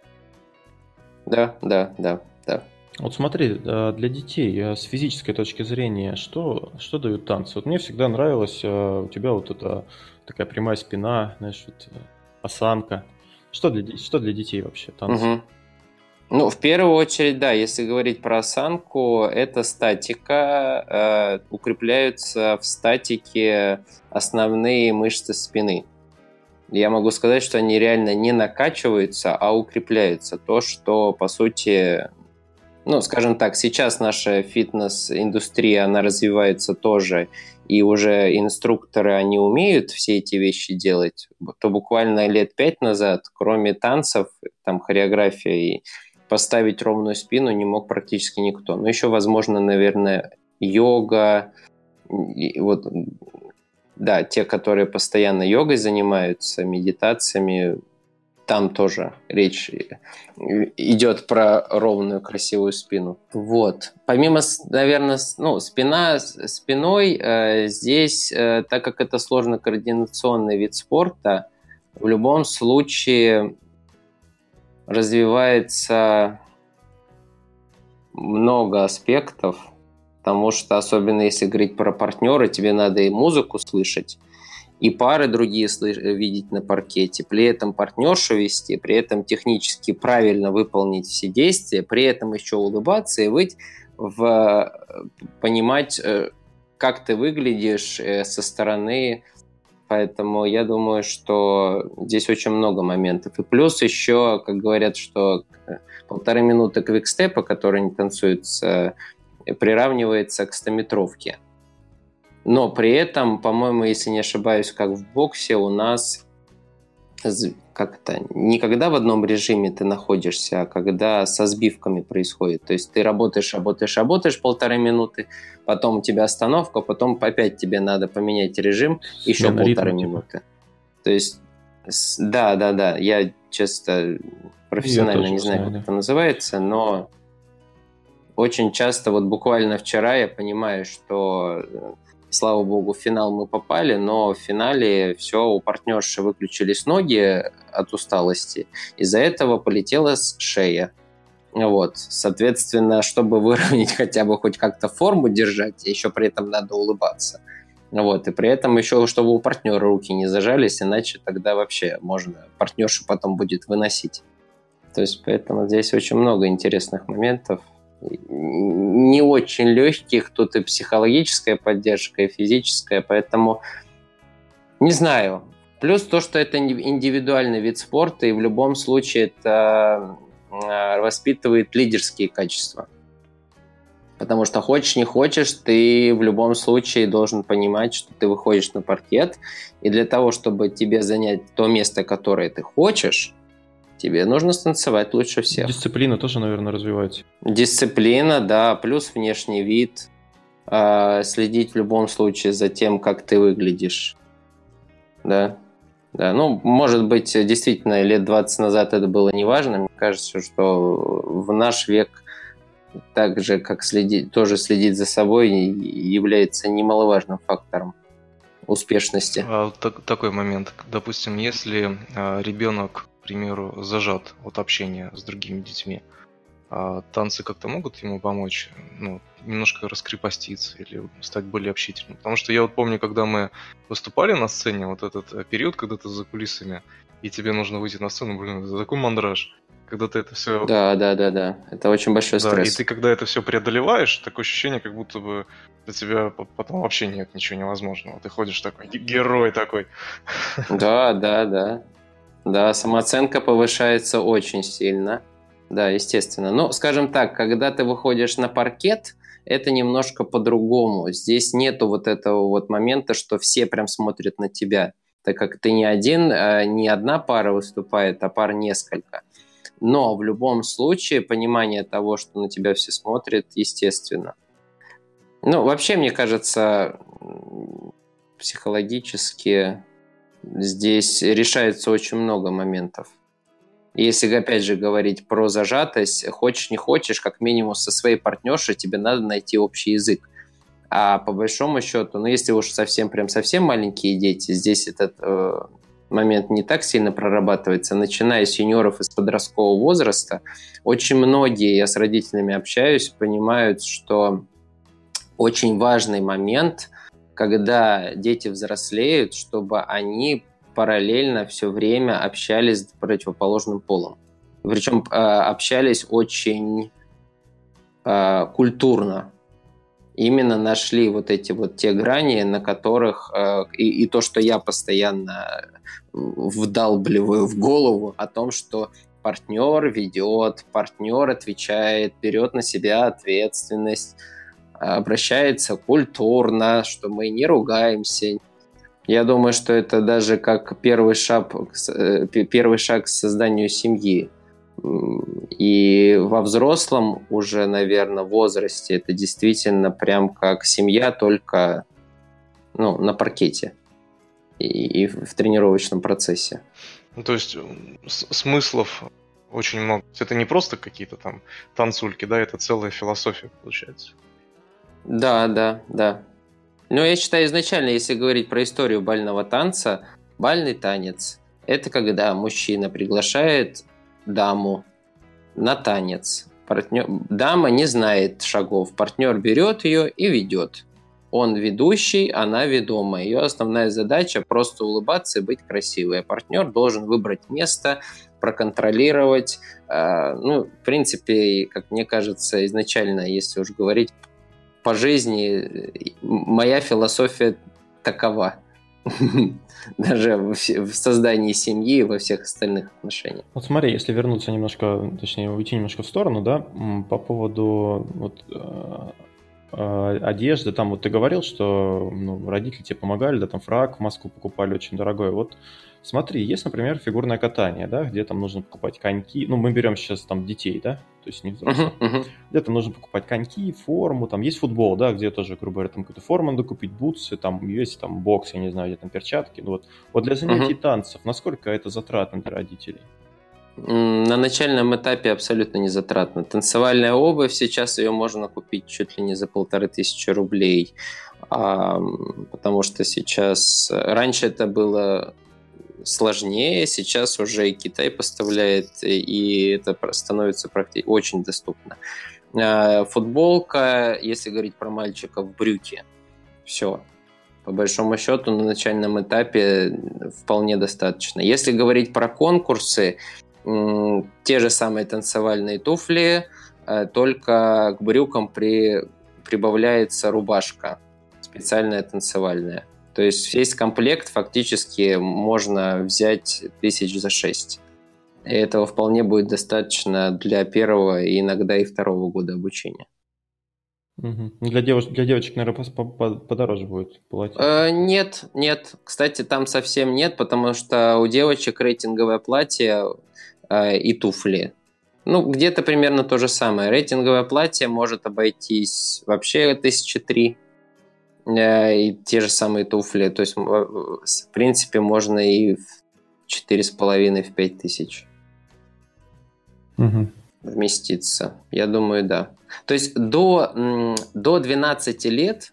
Да. Вот смотри, для детей с физической точки зрения, что дают танцы? Вот мне всегда нравилось у тебя вот эта такая прямая спина, знаешь, вот, осанка. Что для детей вообще танцы? Угу. Ну, в первую очередь, да, если говорить про осанку, это статика, укрепляются в статике основные мышцы спины. Я могу сказать, что они реально не накачиваются, а укрепляются. То, что, по сути, ну, скажем так, сейчас наша фитнес-индустрия, она развивается тоже, и уже инструкторы, они умеют все эти вещи делать, то буквально лет 5 назад, кроме танцев, там, хореографии, поставить ровную спину не мог практически никто. Но еще, возможно, наверное, йога, вот, да, те, которые постоянно йогой занимаются, медитациями, там тоже речь идет про ровную, красивую спину. Вот. Помимо, наверное, спиной, здесь, так как это сложно координационный вид спорта, в любом случае развивается много аспектов, потому что, особенно если говорить про партнера, тебе надо и музыку слышать, и пары другие видеть на паркете, при этом партнершу вести, при этом технически правильно выполнить все действия, при этом еще улыбаться и понимать, как ты выглядишь со стороны. Поэтому я думаю, что здесь очень много моментов. И плюс еще, как говорят, что 1,5 минуты квикстепа, который не танцуется, приравнивается к 100-метровке. Но при этом, по-моему, если не ошибаюсь, как в боксе, у нас не когда в одном режиме ты находишься, а когда со сбивками происходит. То есть ты работаешь 1,5 минуты, потом у тебя остановка, потом опять тебе надо поменять режим, еще 1,5 минуты. То есть, да. Я, честно, профессионально не знаю, как это называется, но очень часто, вот буквально вчера я понимаю, что... Слава богу, в финал мы попали, но в финале все, у партнерши выключились ноги от усталости. Из-за этого полетела шея. Вот. Соответственно, чтобы выровнять хотя бы хоть как-то форму держать, еще при этом надо улыбаться. Вот. И при этом еще, чтобы у партнера руки не зажались, иначе тогда вообще можно партнершу потом будет выносить. То есть поэтому здесь очень много интересных моментов. Не очень легких, тут и психологическая поддержка, и физическая, поэтому не знаю. Плюс то, что это индивидуальный вид спорта, и в любом случае это воспитывает лидерские качества. Потому что хочешь, не хочешь, ты в любом случае должен понимать, что ты выходишь на паркет, и для того, чтобы тебе занять то место, которое ты хочешь, тебе нужно станцевать лучше всех. Дисциплина тоже, наверное, развивается. Дисциплина, да, плюс внешний вид. Следить в любом случае за тем, как ты выглядишь. Да. Да, ну, может быть, действительно, лет 20 назад это было неважно. Мне кажется, что в наш век так же, как тоже следить за собой является немаловажным фактором успешности. Такой момент. Допустим, если ребенок, к примеру, зажат от общения с другими детьми, танцы как-то могут ему помочь, ну, немножко раскрепоститься или стать более общительным? Потому что я вот помню, когда мы выступали на сцене, вот этот период, когда ты за кулисами, и тебе нужно выйти на сцену, блин, это такой мандраж. Когда ты это все... Да. Это очень большой Да, стресс. и ты когда это все преодолеваешь, такое ощущение, как будто бы для тебя потом вообще нет ничего невозможного. Ты ходишь такой, герой такой. Да. Да, самооценка повышается очень сильно. Да, естественно. Но, скажем так, когда ты выходишь на паркет, это немножко по-другому. Здесь нету вот этого вот момента, что все прям смотрят на тебя, так как ты не одна пара выступает, а пар несколько. Но в любом случае понимание того, что на тебя все смотрят, естественно. Ну, вообще, мне кажется, психологически здесь решается очень много моментов. Если, опять же, говорить про зажатость, хочешь не хочешь, как минимум со своей партнершей тебе надо найти общий язык. А по большому счету, ну, если уж совсем маленькие дети, здесь этот момент не так сильно прорабатывается. Начиная с юниоров из подросткового возраста, очень многие, я с родителями общаюсь, понимают, что очень важный момент, когда дети взрослеют, чтобы они параллельно все время общались с противоположным полом. Причем общались очень культурно. Именно нашли вот эти вот те грани, на которых... И то, что я постоянно вдалбливаю в голову о том, что партнер ведет, партнер отвечает, берет на себя ответственность, обращается культурно, что мы не ругаемся. Я думаю, что это даже как первый шаг к созданию семьи. И во взрослом уже, наверное, возрасте это действительно прям как семья, только на паркете и в тренировочном процессе. Ну, то есть смыслов очень много. Это не просто какие-то там танцульки, да, это целая философия получается. Да. Но я считаю, изначально, если говорить про историю бального танца, бальный танец – это когда мужчина приглашает даму на танец. Дама не знает шагов, партнер берет ее и ведет. Он ведущий, она ведомая. Ее основная задача – просто улыбаться и быть красивой. А партнер должен выбрать место, проконтролировать. В принципе, как мне кажется, изначально, если уж говорить по жизни, моя философия такова. Даже в создании семьи и во всех остальных отношениях. Вот смотри, если вернуться немножко, точнее, уйти немножко в сторону, да, по поводу одежды, там вот ты говорил, что родители тебе помогали, да, там фрак в Москву покупали очень дорогой. Вот смотри, есть, например, фигурное катание, да, где там нужно покупать коньки, мы берем сейчас там детей, да, то есть не взрослых. Где-то нужно покупать коньки, форму, там есть футбол, да, где тоже, грубо говоря, там какую-то форму надо купить, бутсы, там есть там бокс, я не знаю, где там перчатки. Вот для занятий танцев, насколько это затратно для родителей? На начальном этапе абсолютно не затратно. Танцевальная обувь, сейчас ее можно купить чуть ли не за 1500 рублей, потому что сейчас... Раньше это было сложнее, сейчас уже и Китай поставляет, и это становится практически очень доступно. Футболка, если говорить про мальчиков, брюки. Все. По большому счету, на начальном этапе вполне достаточно. Если говорить про конкурсы, те же самые танцевальные туфли, только к брюкам прибавляется рубашка специальная танцевальная. То есть весь комплект фактически можно взять 6 тысяч. И этого вполне будет достаточно для первого и иногда и второго года обучения. Для девочек, наверное, подороже будет платье. Нет. Кстати, там совсем нет, потому что у девочек рейтинговое платье и туфли. Где-то примерно то же самое. Рейтинговое платье может обойтись вообще 3003. И те же самые туфли. То есть, в принципе, можно и в 4,5 в 5000 вместится. Я думаю, да. То есть до 12 лет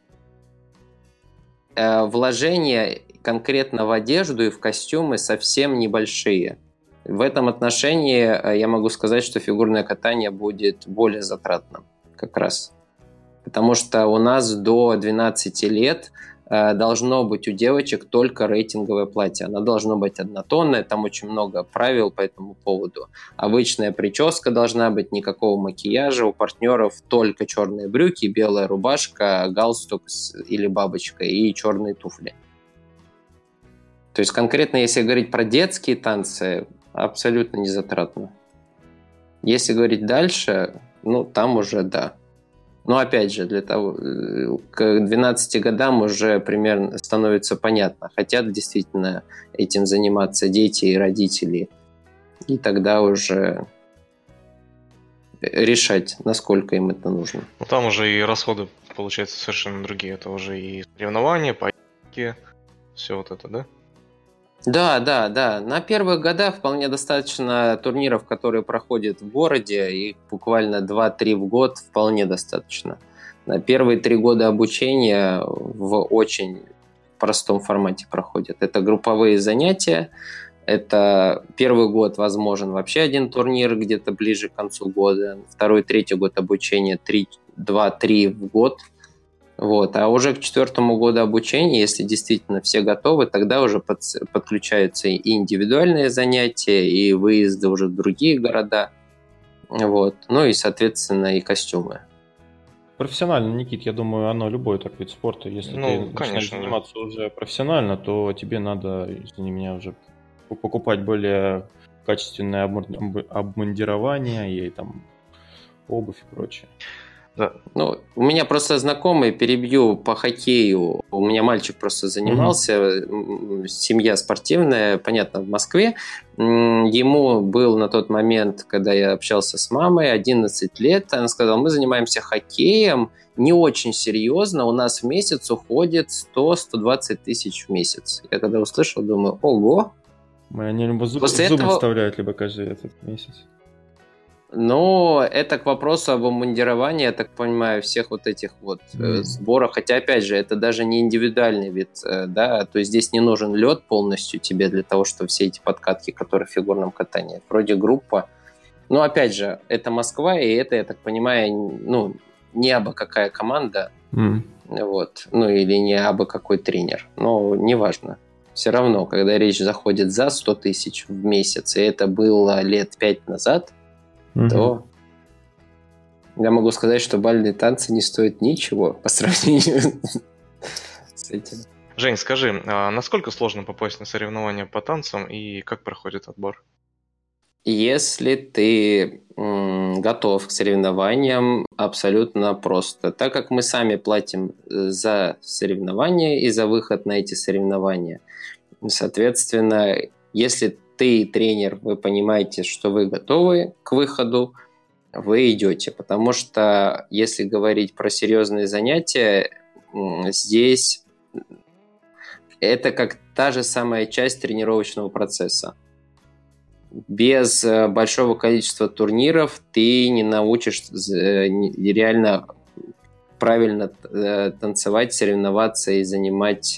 вложения конкретно в одежду и в костюмы совсем небольшие. В этом отношении я могу сказать, что фигурное катание будет более затратным как раз. Потому что у нас до 12 лет должно быть у девочек только рейтинговое платье. Оно должно быть однотонное, там очень много правил по этому поводу. Обычная прическа должна быть, никакого макияжа. У партнеров только черные брюки, белая рубашка, галстук или бабочка и черные туфли. То есть конкретно, если говорить про детские танцы, абсолютно не затратно. Если говорить дальше, там уже да. Но опять же, для того, к 12 годам уже примерно становится понятно, хотят действительно этим заниматься дети и родители. И тогда уже решать, насколько им это нужно. Там уже и расходы, получается, совершенно другие. Это уже и соревнования, поездки, все вот это, да? Да. На первых годах вполне достаточно турниров, которые проходят в городе, их буквально 2-3 в год вполне достаточно. На первые 3 года обучения в очень простом формате проходят. Это групповые занятия, это первый год возможен вообще один турнир где-то ближе к концу года, второй, третий год обучения 2-3 в год. Вот. А уже к 4-му году обучения, если действительно все готовы, тогда уже подключаются и индивидуальные занятия, и выезды уже в другие города. Вот. И, соответственно, и костюмы. Профессионально, Никит, я думаю, оно любой такой вид спорта. Если ты начинаешь заниматься уже профессионально, то тебе надо, извини меня, уже покупать более качественное обмундирование и там обувь и прочее. Да. У меня просто знакомый, перебью по хоккею. У меня мальчик просто занимался, семья спортивная, понятно, в Москве. Ему был на тот момент, когда я общался с мамой, 11 лет. Она сказала, мы занимаемся хоккеем, не очень серьезно, у нас в месяц уходит 100-120 тысяч в месяц. Я когда услышал, думаю, ого. Они либо зубы вставляют, либо каждый этот месяц. Это к вопросу об обмундировании, я так понимаю, всех вот этих вот сборов. Хотя, опять же, это даже не индивидуальный вид, да, то есть здесь не нужен лед полностью тебе для того, чтобы все эти подкатки, которые в фигурном катании. Вроде группа. Опять же, это Москва, и это, я так понимаю, не абы какая команда, вот, или не абы какой тренер, но неважно. Все равно, когда речь заходит за 100 тысяч в месяц, и это было лет 5 назад, то я могу сказать, что бальные танцы не стоят ничего по сравнению с этим. Жень, скажи, насколько сложно попасть на соревнования по танцам и как проходит отбор? Если ты готов к соревнованиям, абсолютно просто. Так как мы сами платим за соревнования и за выход на эти соревнования, соответственно, если ты тренер, вы понимаете, что вы готовы к выходу, вы идете. Потому что, если говорить про серьезные занятия, здесь это как та же самая часть тренировочного процесса. Без большого количества турниров ты не научишь реально правильно танцевать, соревноваться и занять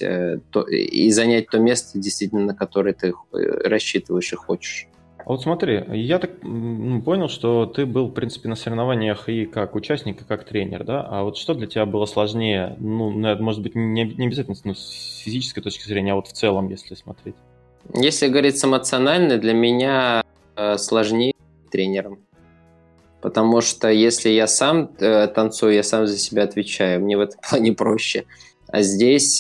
то место, действительно, на которое ты рассчитываешь и хочешь. А вот смотри, я так понял, что ты был, в принципе, на соревнованиях и как участник, и как тренер, да? А вот что для тебя было сложнее? Может быть, не обязательно с физической точки зрения, а вот в целом, если смотреть. Если говорить эмоционально, для меня сложнее быть тренером. Потому что если я сам танцую, я сам за себя отвечаю, мне в этом плане проще. А здесь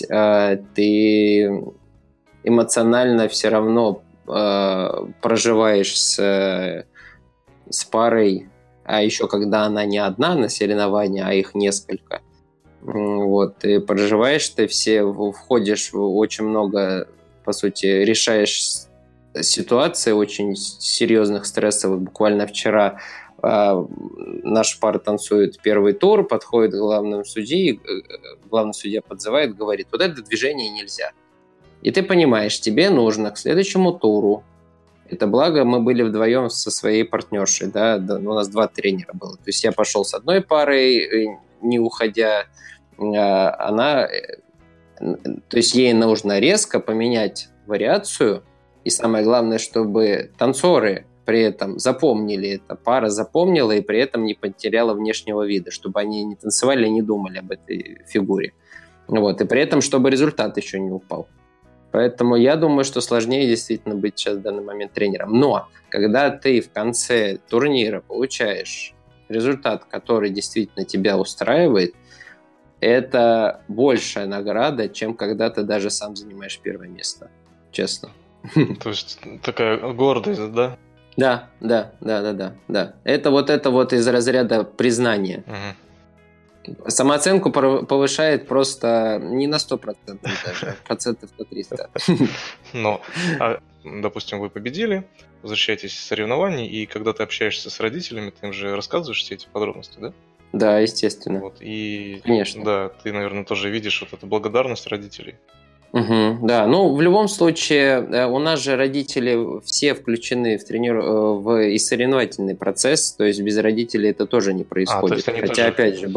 ты эмоционально все равно проживаешь с парой, а еще когда она не одна на соревновании, а их несколько. Вот, ты проживаешь, ты входишь в очень много, по сути, решаешь ситуации очень серьезных, стрессовых. Буквально вчера наша пара танцует первый тур, подходит к главному судье, главный судья подзывает, говорит, вот это движение нельзя. И ты понимаешь, тебе нужно к следующему туру. Это благо мы были вдвоем со своей партнершей, да, у нас 2 тренера было. То есть я пошел с одной парой, не уходя, она, то есть ей нужно резко поменять вариацию, и самое главное, чтобы танцоры при этом запомнили это, пара запомнила и при этом не потеряла внешнего вида, чтобы они не танцевали и не думали об этой фигуре. Вот, и при этом, чтобы результат еще не упал. Поэтому я думаю, что сложнее действительно быть сейчас в данный момент тренером. Но когда ты в конце турнира получаешь результат, который действительно тебя устраивает, это большая награда, чем когда ты даже сам занимаешь первое место. Честно. То есть такая гордость, да? Да. Это вот из разряда признания. Самооценку повышает просто не на 100% даже, процентов на 300. Но, допустим, вы победили, возвращаетесь с соревнований, и когда ты общаешься с родителями, ты им же рассказываешь все эти подробности, да? Да, естественно. Вот, и, конечно. Да, ты, наверное, тоже видишь вот эту благодарность родителей. Да, ну в любом случае у нас же родители все включены в соревновательный процесс, то есть без родителей это тоже не происходит. Хотя опять же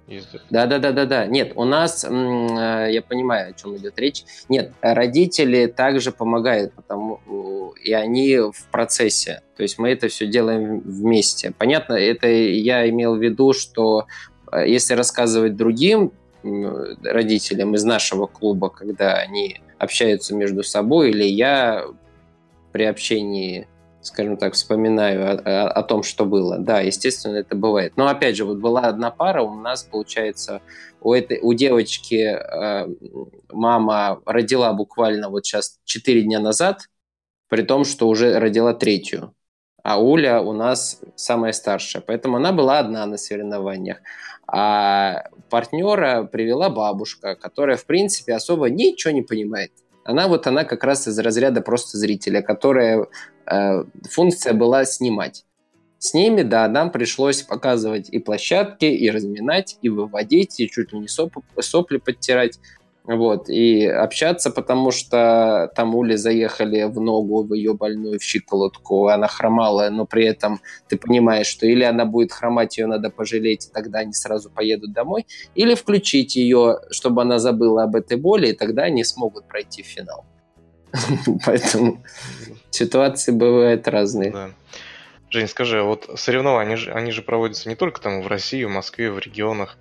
Да. Нет, у нас, я понимаю, о чем идет речь. Нет, родители также помогают, и они в процессе. То есть мы это все делаем вместе. Понятно, это я имел в виду, что если рассказывать другим родителям из нашего клуба, когда они общаются между собой, или я при общении, скажем так, вспоминаю о том, что было. Да, естественно, это бывает. Но, опять же, вот была одна пара, у нас, получается, у девочки мама родила буквально вот сейчас 4 дня назад, при том, что уже родила 3-ю. А Уля у нас самая старшая. Поэтому она была одна на соревнованиях. А партнера привела бабушка, которая, в принципе, особо ничего не понимает. Она как раз из разряда просто зрителя, которая функция была снимать. С ними, да, нам пришлось показывать и площадки, и разминать, и выводить, и чуть ли не сопли подтирать. Вот, и общаться, потому что там Уле заехали в ногу, в ее больную, в щиколотку, она хромала, но при этом ты понимаешь, что или она будет хромать, ее надо пожалеть, и тогда они сразу поедут домой, или включить ее, чтобы она забыла об этой боли, и тогда они смогут пройти в финал. Поэтому ситуации бывают разные. Да. Жень, скажи, а вот соревнования, они же проводятся не только там в России, в Москве, в регионах.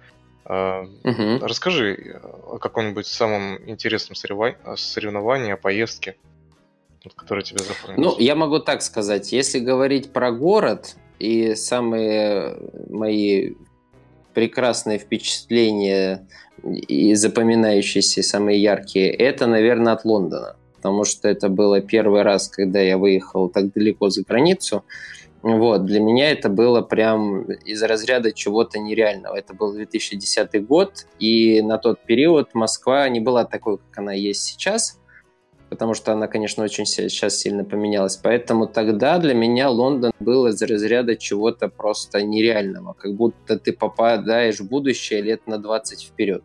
Расскажи о каком-нибудь самом интересном соревновании, о поездке, которая тебе запомнилась. Ну, я могу так сказать. Если говорить про город, и самые мои прекрасные впечатления и запоминающиеся, самые яркие, это, наверное, от Лондона. Потому что это было первый раз, когда я выехал так далеко за границу. Вот, для меня это было прям из разряда чего-то нереального. Это был 2010 год, и на тот период Москва не была такой, как она есть сейчас, потому что она, конечно, очень сейчас сильно поменялась. Поэтому тогда для меня Лондон был из разряда чего-то просто нереального, как будто ты попадаешь в будущее лет на 20 вперед.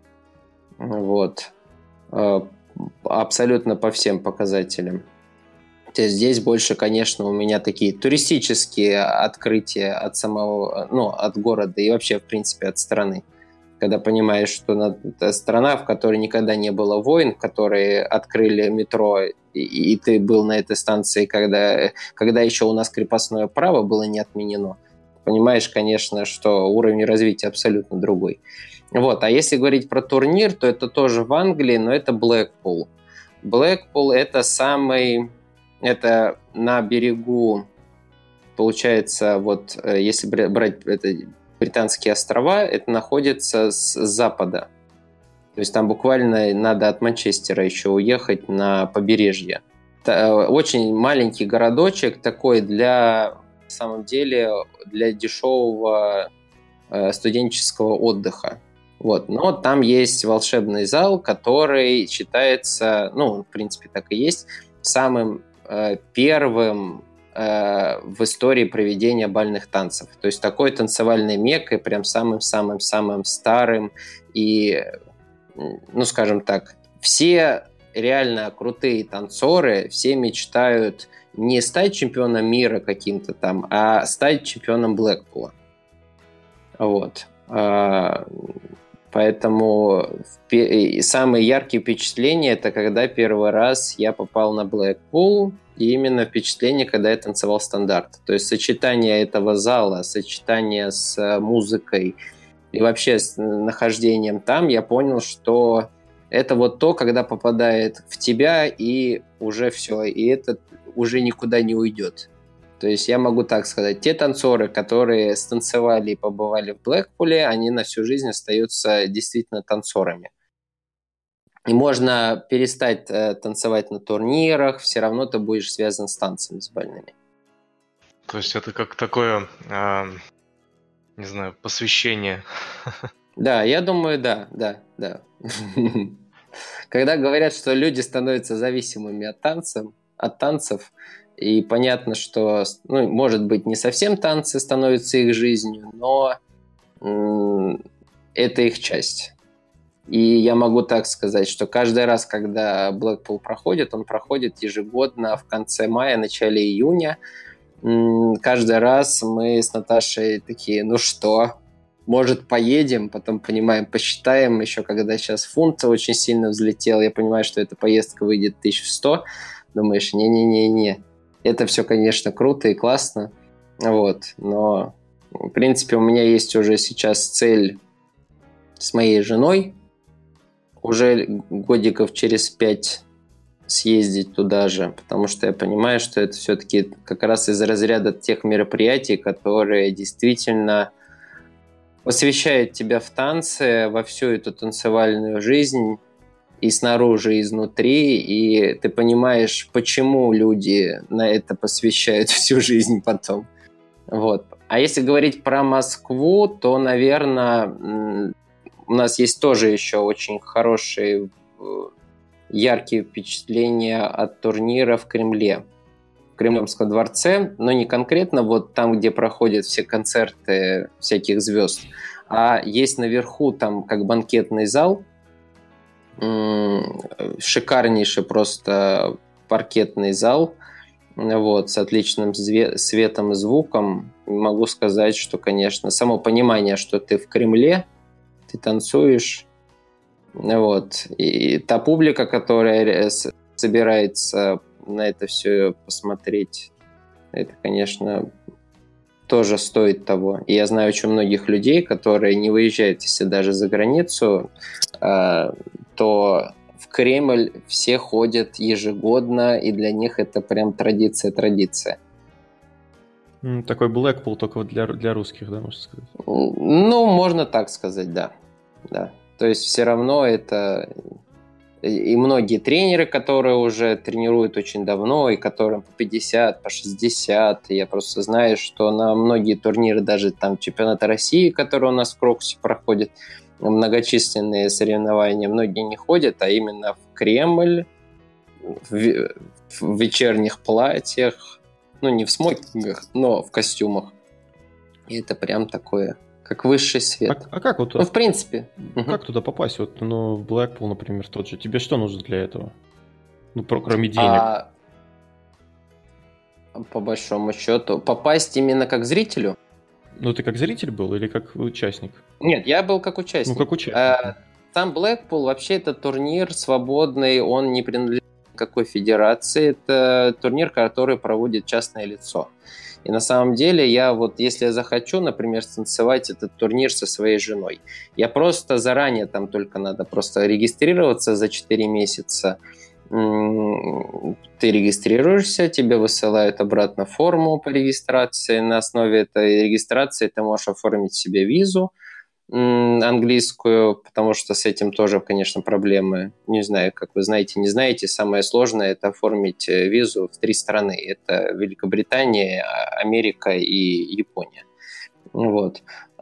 Вот. Абсолютно по всем показателям. Здесь больше, конечно, у меня такие туристические открытия от самого, от города и вообще, в принципе, от страны. Когда понимаешь, что это страна, в которой никогда не было войн, которые открыли метро, и ты был на этой станции, когда еще у нас крепостное право было не отменено. Понимаешь, конечно, что уровень развития абсолютно другой. Вот. А если говорить про турнир, то это тоже в Англии, но это Блэкпул. Блэкпул – это на берегу, получается, вот если брать это Британские острова, это находится с запада. То есть там буквально надо от Манчестера еще уехать на побережье. Это очень маленький городочек, такой на самом деле, для дешевого студенческого отдыха. Вот. Но там есть волшебный зал, который считается, в принципе, так и есть, самым первым в истории проведения бальных танцев. То есть такой танцевальной меккой, прям самым-самым-самым старым. И, скажем так, все реально крутые танцоры, все мечтают не стать чемпионом мира каким-то там, а стать чемпионом Блэкпула. Вот. Поэтому самые яркие впечатления — это когда первый раз я попал на Блэкпул, и именно впечатление, когда я танцевал стандарт. То есть сочетание этого зала, сочетание с музыкой и вообще с нахождением там, я понял, что это вот то, когда попадает в тебя, и уже все, и это уже никуда не уйдет. То есть я могу так сказать, те танцоры, которые станцевали и побывали в Блэкпуле, они на всю жизнь остаются действительно танцорами. И можно перестать танцевать на турнирах, все равно ты будешь связан с танцами, с бальными. То есть это как такое, не знаю, посвящение. Да, я думаю, да. Когда говорят, что люди становятся зависимыми от танцев, и понятно, что, может быть, не совсем танцы становятся их жизнью, но это их часть. И я могу так сказать, что каждый раз, когда Blackpool проходит, он проходит ежегодно в конце мая, начале июня. Каждый раз мы с Наташей такие, ну что, может, поедем? Потом понимаем, посчитаем еще, когда сейчас фунт очень сильно взлетел, я понимаю, что эта поездка выйдет 1100. Думаешь, не-не-не-не. Это все, конечно, круто и классно, вот, но, в принципе, у меня есть уже сейчас цель с моей женой уже годиков через 5 съездить туда же, потому что я понимаю, что это все-таки как раз из разряда тех мероприятий, которые действительно посвящают тебя в танцы, во всю эту танцевальную жизнь, и снаружи, и изнутри, и ты понимаешь, почему люди на это посвящают всю жизнь потом. Вот. А если говорить про Москву, то, наверное, у нас есть тоже еще очень хорошие, яркие впечатления от турнира в Кремле, в Кремлевском дворце, но не конкретно вот там, где проходят все концерты всяких звезд, а есть наверху там как банкетный зал, шикарнейший просто паркетный зал, вот, с отличным светом и звуком. Могу сказать, что, конечно, само понимание, что ты в Кремле, ты танцуешь, вот, и та публика, которая собирается на это все посмотреть, это, конечно, тоже стоит того. И я знаю очень многих людей, которые не выезжают, если даже за границу, то в Кремль все ходят ежегодно, и для них это прям традиция. Такой Blackpool только вот для русских, да, можно сказать? Ну, можно так сказать, да. То есть все равно это... И многие тренеры, которые уже тренируют очень давно, и которым по 50, по 60, я просто знаю, что на многие турниры, даже там чемпионаты России, которые у нас в Крокусе проходят, многочисленные соревнования, многие не ходят, а именно в Кремль, в вечерних платьях, не в смокингах, но в костюмах. И это прям такое, как высший свет. А как вот... в принципе. Как туда попасть? Вот, в Blackpool, например, тот же. Тебе что нужно для этого? Кроме денег. По большому счету, попасть именно как зрителю? Ты как зритель был или как участник? Нет, я был как участник. Как участник. Сам Blackpool, вообще, это турнир свободный, он не принадлежит никакой федерации. Это турнир, который проводит частное лицо. И на самом деле если я захочу, например, станцевать этот турнир со своей женой, я просто заранее, там только надо просто регистрироваться за 4 месяца. Ты регистрируешься, тебе высылают обратно форму по регистрации. На основе этой регистрации ты можешь оформить себе визу английскую, потому что с этим тоже, конечно, проблемы. Не знаю, как вы знаете, не знаете. Самое сложное – это оформить визу в 3 страны. Это Великобритания, Америка и Япония. Вот.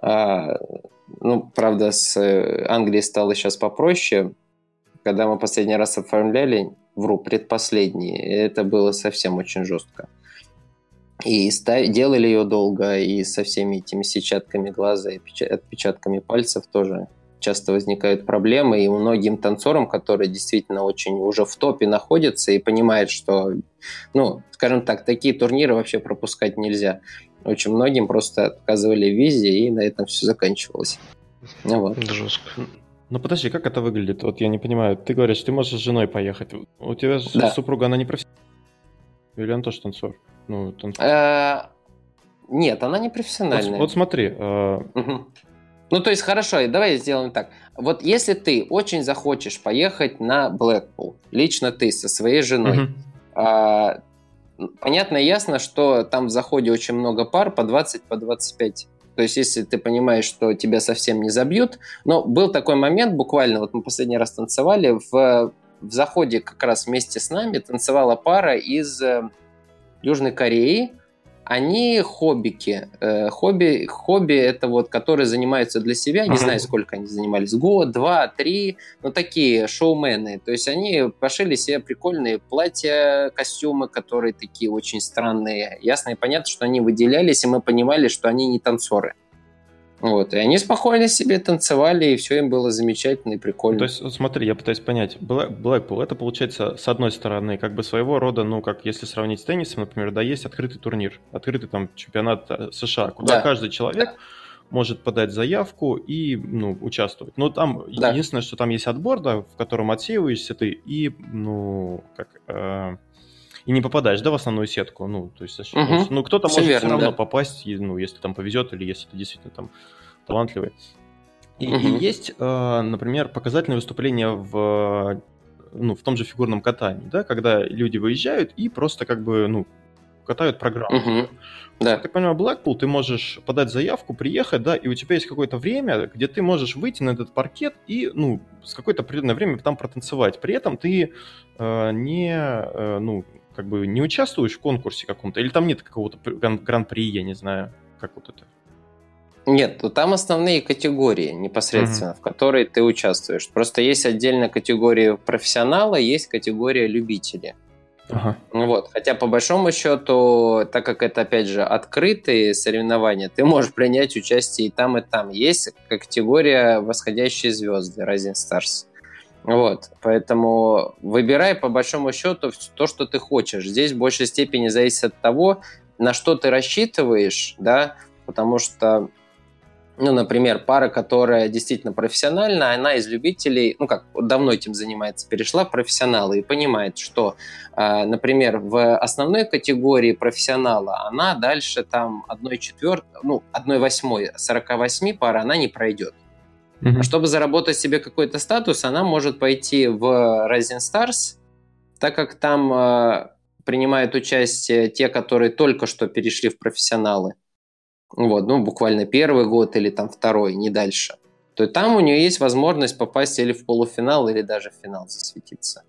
Правда, с Англией стало сейчас попроще. Когда мы последний раз оформляли, предпоследний, это было совсем очень жестко. И делали ее долго, и со всеми этими сетчатками глаза, и отпечатками пальцев тоже часто возникают проблемы, и многим танцорам, которые действительно очень уже в топе находятся и понимают, что, ну, скажем так, такие турниры вообще пропускать нельзя. Очень многим просто отказывали в визе, и на этом все заканчивалось. Ну, вот. Жестко. Ну подожди, как это выглядит? Вот я не понимаю. Ты говоришь, ты можешь с женой поехать. У тебя Да. супруга, она не профессиональная? Или она тоже танцор? Ну, танцор. Нет, она не профессиональная. Вот смотри. Угу. Ну, то есть, хорошо, давай сделаем так. Вот если ты очень захочешь поехать на Blackpool, лично ты со своей женой, понятно и ясно, что там в заходе очень много пар по 20, по 25. То есть, если ты понимаешь, что тебя совсем не забьют. Но был такой момент, буквально, вот мы последний раз танцевали, в заходе как раз вместе с нами танцевала пара из Южной Кореи. Они хоббики. Хобби это вот, которые занимаются для себя. Не знаю, сколько они занимались. Год, 2, 3. Но такие шоумены. То есть они пошили себе прикольные платья, костюмы, которые такие очень странные. Ясно и понятно, что они выделялись, и мы понимали, что они не танцоры. Вот. И они спокойно себе танцевали, и все им было замечательно и прикольно. То есть, смотри, я пытаюсь понять. Blackpool, это получается, с одной стороны, как бы своего рода, ну, как если сравнить с теннисом, например, да, есть открытый турнир, открытый там чемпионат США, куда каждый человек может подать заявку и, ну, участвовать. Но там единственное, что там есть отбор, да, в котором отсеиваешься ты и, ну, и не попадаешь, да, в основную сетку. Ну, то есть, ну, кто-то может все равно попасть, ну, если там повезет или если ты действительно там талантливый. И есть, например, показательные выступления в том же фигурном катании, да, когда люди выезжают и просто как бы, ну, катают программу. Да. Я так понимаю, Blackpool, ты можешь подать заявку, приехать, да, и у тебя есть какое-то время, где ты можешь выйти на этот паркет и, ну, с какое-то определенное время там протанцевать. При этом ты не участвуешь в конкурсе каком-то, или там нет какого-то гран-при, я не знаю, как вот это. Нет, там основные категории непосредственно, в которой ты участвуешь. Просто есть отдельная категория профессионала, есть категория любителей. Вот. Хотя по большому счету, так как это, опять же, открытые соревнования, ты можешь принять участие и там, и там. Есть категория восходящие звезды, Rising Stars. Вот. Поэтому выбирай по большому счету то, что ты хочешь. Здесь в большей степени зависит от того, на что ты рассчитываешь, да, потому что, ну, например, пара, которая действительно профессиональна, она из любителей, ну, как давно этим занимается, перешла в профессионалы и понимает, что, например, в основной категории профессионала она дальше там 1/4, 48 пары она не пройдет. А чтобы заработать себе какой-то статус, она может пойти в Rising Stars, так как там принимают участие те, которые только что перешли в профессионалы. Вот, ну, буквально первый год или там второй, не дальше. То там у нее есть возможность попасть или в полуфинал, или даже в финал засветиться.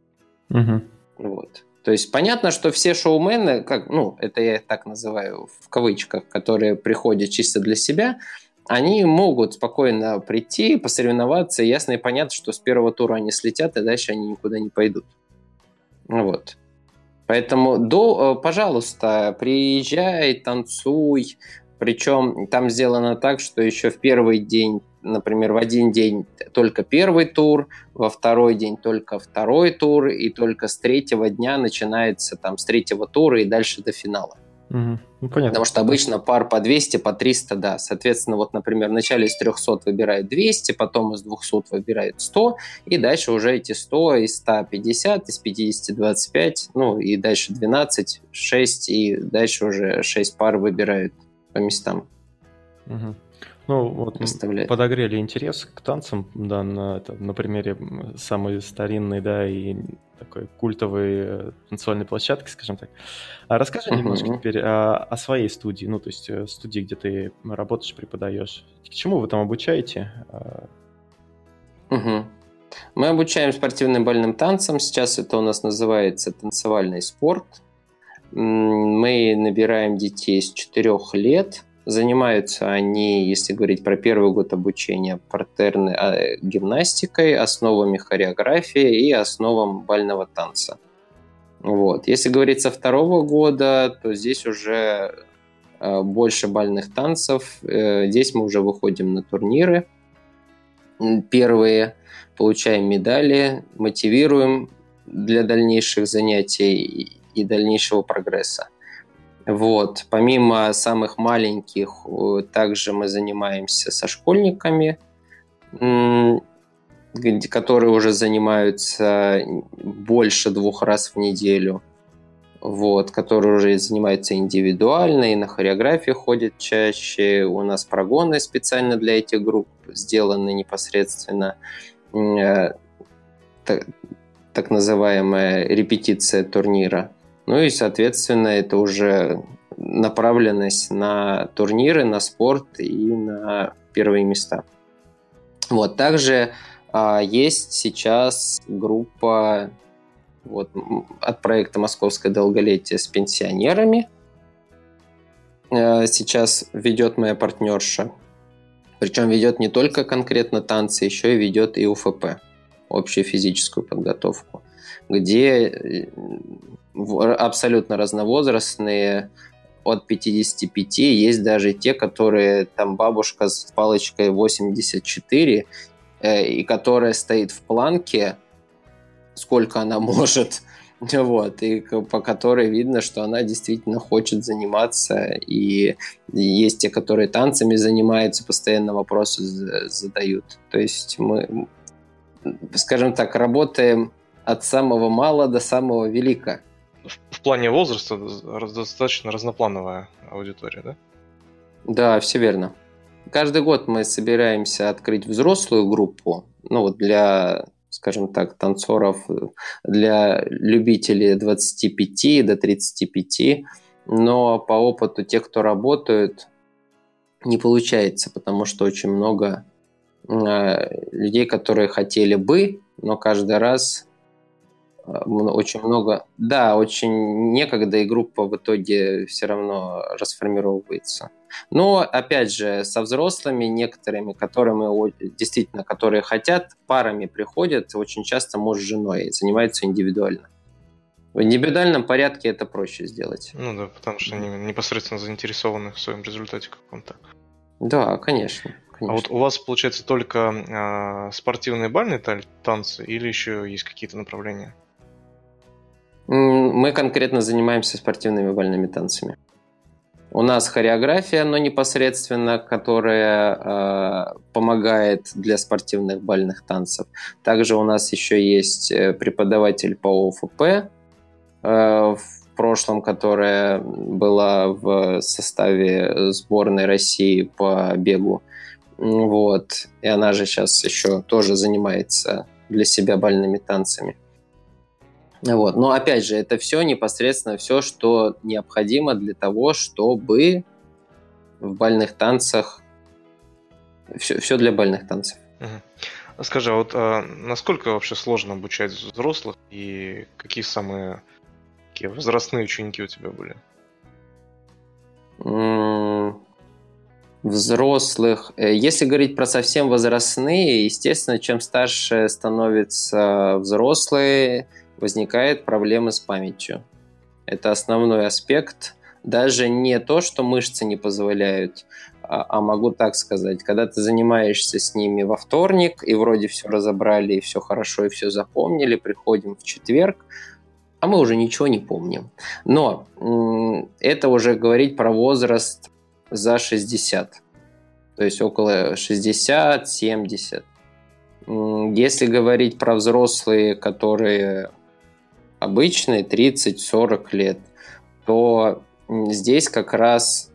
Вот. То есть понятно, что все шоумены, это я их так называю в кавычках, которые приходят чисто для себя, они могут спокойно прийти, посоревноваться, и ясно и понятно, что с первого тура они слетят, и дальше они никуда не пойдут. Вот. Поэтому, пожалуйста, приезжай, танцуй. Причем там сделано так, что еще в первый день, например, в один день только первый тур, во второй день только второй тур, и только с третьего дня начинается там с третьего тура и дальше до финала. Ну, понятно. Потому что обычно пар по 200, по 300, да. Соответственно, вот, например, вначале из 300 выбирают 200, потом из 200 выбирают 100, и дальше уже эти 100, из 150, из 50 25, ну и дальше 12, 6, и дальше уже 6 пар выбирают по местам. Ну, вот подогрели интерес к танцам, да, на примере самой старинной, да, и такой культовой танцевальной площадки, скажем так. А расскажи немножко теперь о своей студии, ну, то есть студии, где ты работаешь, преподаешь. К чему вы там обучаете? Мы обучаем спортивным бальным танцам. Сейчас это у нас называется танцевальный спорт. Мы набираем детей с 4 лет. Занимаются они, если говорить про первый год обучения, партерной гимнастикой, основами хореографии и основам бального танца. Вот. Если говорить со 2 года, то здесь уже больше бальных танцев. Здесь мы уже выходим на турниры. первые, получаем медали, мотивируем для дальнейших занятий и дальнейшего прогресса. Вот. Помимо самых маленьких, также мы занимаемся со школьниками, которые уже занимаются больше 2 раз в неделю, вот, которые уже занимаются индивидуально и на хореографии ходят чаще. У нас прогоны специально для этих групп сделаны непосредственно, так называемая репетиция турнира. Ну и, соответственно, это уже направленность на турниры, на спорт и на первые места. Вот. Также есть сейчас группа от проекта «Московское долголетие» с пенсионерами. Сейчас ведет моя партнерша. Причем ведет не только конкретно танцы, еще и ведет и УФП, общую физическую подготовку, где абсолютно разновозрастные, от 55, есть даже те, которые там бабушка с палочкой 84, и которая стоит в планке, сколько она может, вот, и по которой видно, что она действительно хочет заниматься, и есть те, которые танцами занимаются, постоянно вопросы задают. То есть мы, скажем так, работаем от самого мала до самого велика. В плане возраста достаточно разноплановая аудитория, да? Да, все верно. Каждый год мы собираемся открыть взрослую группу, для, скажем так, танцоров, для любителей 25 до 35, но по опыту тех, кто работают, не получается, потому что очень много людей, которые хотели бы, но каждый раз очень много... Да, очень некогда, и группа в итоге все равно расформировывается. Но, опять же, со взрослыми некоторыми, которые хотят, парами приходят, очень часто муж с женой, занимаются индивидуально. В индивидуальном порядке это проще сделать. Ну да, потому что они непосредственно заинтересованы в своем результате каком-то. Да, конечно. А вот у вас, получается, только спортивные бальные танцы или еще есть какие-то направления? Мы конкретно занимаемся спортивными бальными танцами. У нас хореография, но непосредственно, которая помогает для спортивных бальных танцев. Также у нас еще есть преподаватель по ОФП, в прошлом, которая была в составе сборной России по бегу. Вот. И она же сейчас еще тоже занимается для себя бальными танцами. Вот. Но опять же, это все непосредственно все, что необходимо для того, чтобы в бальных танцах... Все для бальных танцев. Угу. Скажи, а вот насколько вообще сложно обучать взрослых и какие самые возрастные ученики у тебя были? Взрослых. Если говорить про совсем возрастные, естественно, чем старше становятся взрослые, возникают проблемы с памятью. Это основной аспект. Даже не то, что мышцы не позволяют, а могу так сказать, когда ты занимаешься с ними во вторник, и вроде все разобрали, и все хорошо, и все запомнили, приходим в четверг, а мы уже ничего не помним. Но это уже говорить про возраст за 60. То есть около 60-70. Если говорить про взрослые, которые обычные, 30-40 лет, то здесь как раз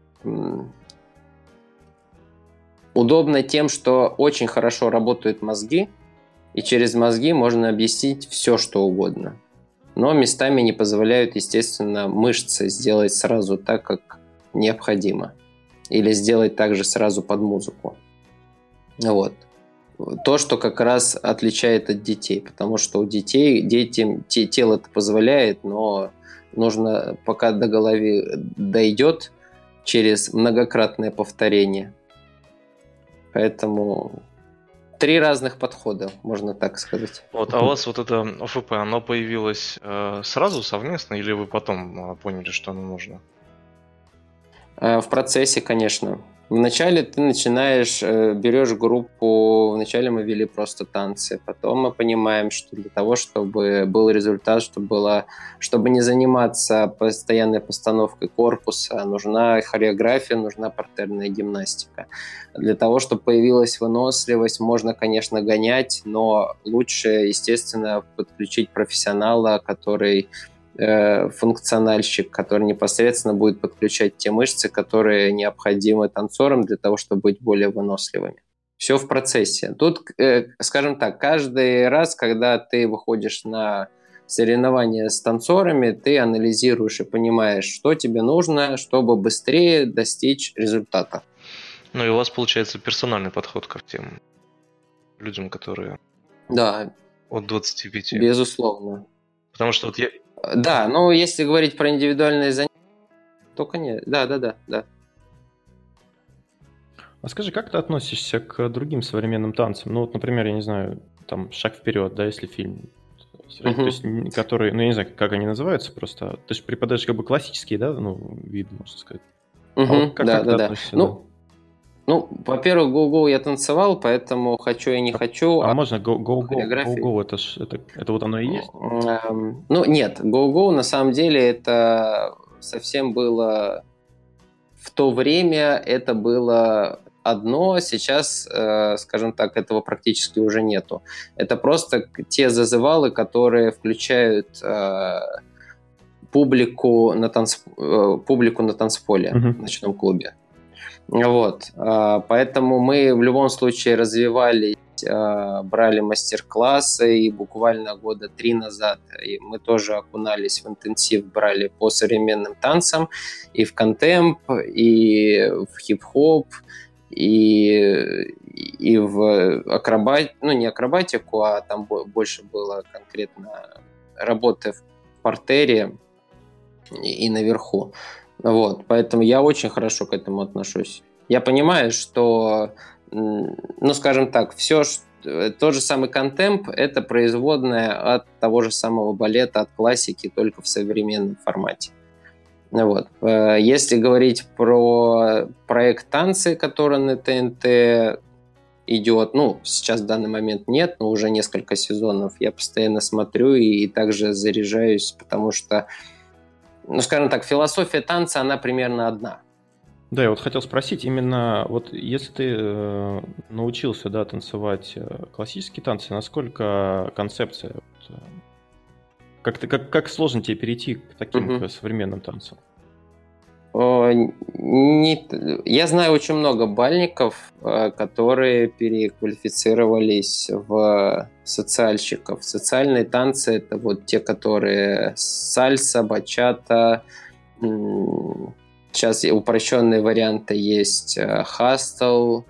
удобно тем, что очень хорошо работают мозги, и через мозги можно объяснить все, что угодно. Но местами не позволяют, естественно, мышцы сделать сразу так, как необходимо. Или сделать также сразу под музыку. Вот. То, что как раз отличает от детей. Потому что у детям тело-то позволяет, но нужно, пока до головы дойдет, через многократное повторение. Поэтому 3 разных подхода, можно так сказать. Вот, а у вас вот это ОФП, оно появилось сразу совместно, или вы потом поняли, что оно нужно? В процессе, конечно. Вначале ты начинаешь, берешь группу, вначале мы вели просто танцы, потом мы понимаем, что для того, чтобы был результат, чтобы не заниматься постоянной постановкой корпуса, нужна хореография, нужна партерная гимнастика. Для того, чтобы появилась выносливость, можно, конечно, гонять, но лучше, естественно, подключить профессионала, который функциональщик, который непосредственно будет подключать те мышцы, которые необходимы танцорам для того, чтобы быть более выносливыми. Все в процессе. Тут, скажем так, каждый раз, когда ты выходишь на соревнования с танцорами, ты анализируешь и понимаешь, что тебе нужно, чтобы быстрее достичь результата. Ну и у вас получается персональный подход ко тем людям, которые Да, от 25. безусловно. Потому что вот я... Да, ну если говорить про индивидуальные занятия, то, конечно, да. А скажи, как ты относишься к другим современным танцам? Ну вот, например, я не знаю, там «Шаг вперед», да, если фильм, то есть, который, ну я не знаю, как они называются, просто ты же преподаешь как бы классические, да, ну, вид, можно сказать. А вот как ты относишься? Ну, во-первых, go-go я танцевал, поэтому хочу и не хочу. А можно go-go, это вот оно и есть? Ну, нет, go-go на самом деле это совсем было... В то время это было одно, сейчас, скажем так, этого практически уже нету. Это просто те зазывалы, которые включают публику на танцполе в ночном клубе. Вот. Поэтому мы в любом случае развивались, брали мастер-классы, и буквально года 3 назад и мы тоже окунались в интенсив, брали по современным танцам, и в контемп, и в хип-хоп, и в не акробатику, а там больше было конкретно работы в партере и наверху. Вот, поэтому я очень хорошо к этому отношусь. Я понимаю, что, ну, скажем так, тот же самый контемп – это производная от того же самого балета, от классики, только в современном формате. Вот. Если говорить про проект «Танцы», который на ТНТ идет, ну, сейчас в данный момент нет, но уже несколько сезонов, я постоянно смотрю и также заряжаюсь, потому что, ну, скажем так, философия танца, она примерно одна. Да, я вот хотел спросить, именно вот если ты научился, да, танцевать классические танцы, насколько концепция, как сложно тебе перейти к таким к современным танцам? Я знаю очень много бальников, которые переквалифицировались в социальщиков. Социальные танцы – это вот те, которые сальса, бачата. Сейчас упрощенные варианты есть хастл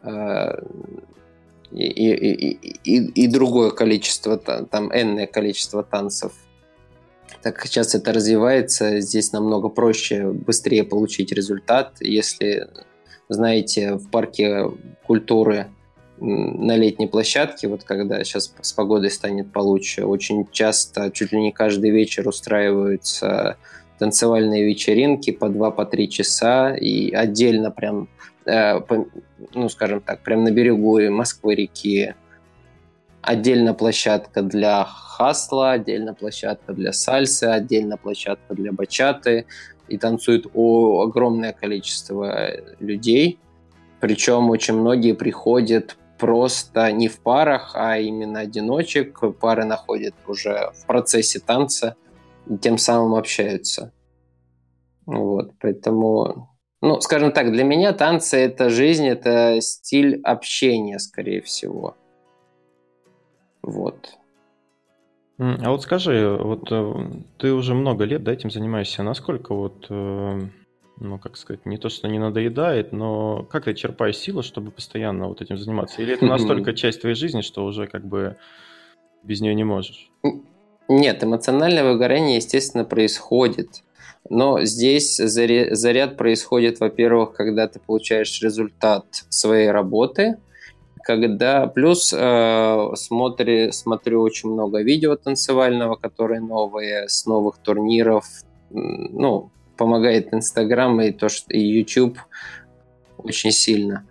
и другое количество, там энное количество танцев. Так как сейчас это развивается, здесь намного проще, быстрее получить результат. Если, знаете, в парке культуры на летней площадке, вот когда сейчас с погодой станет получше, очень часто, чуть ли не каждый вечер устраиваются танцевальные вечеринки по 2-3 часа, и отдельно прям, ну, скажем так, прям на берегу Москвы-реки отдельно площадка для хасла, отдельно площадка для сальсы, отдельно площадка для бачаты, и танцует огромное количество людей, причем очень многие приходят просто не в парах, а именно одиночек, пары находят уже в процессе танца, и тем самым общаются. Вот, поэтому, ну, скажем так, для меня танцы – это жизнь, это стиль общения, скорее всего. Вот. А вот скажи, вот ты уже много лет, да, этим занимаешься, насколько вот, ну, как сказать, не то, что не надоедает, но как ты черпаешь силы, чтобы постоянно вот этим заниматься? Или это настолько часть твоей жизни, что уже как бы без нее не можешь? Нет, эмоциональное выгорание, естественно, происходит. Но здесь заряд происходит, во-первых, когда ты получаешь результат своей работы, когда плюс смотрю очень много видео танцевального, которые новые, с новых турниров, ну, помогает Инстаграм и YouTube очень сильно.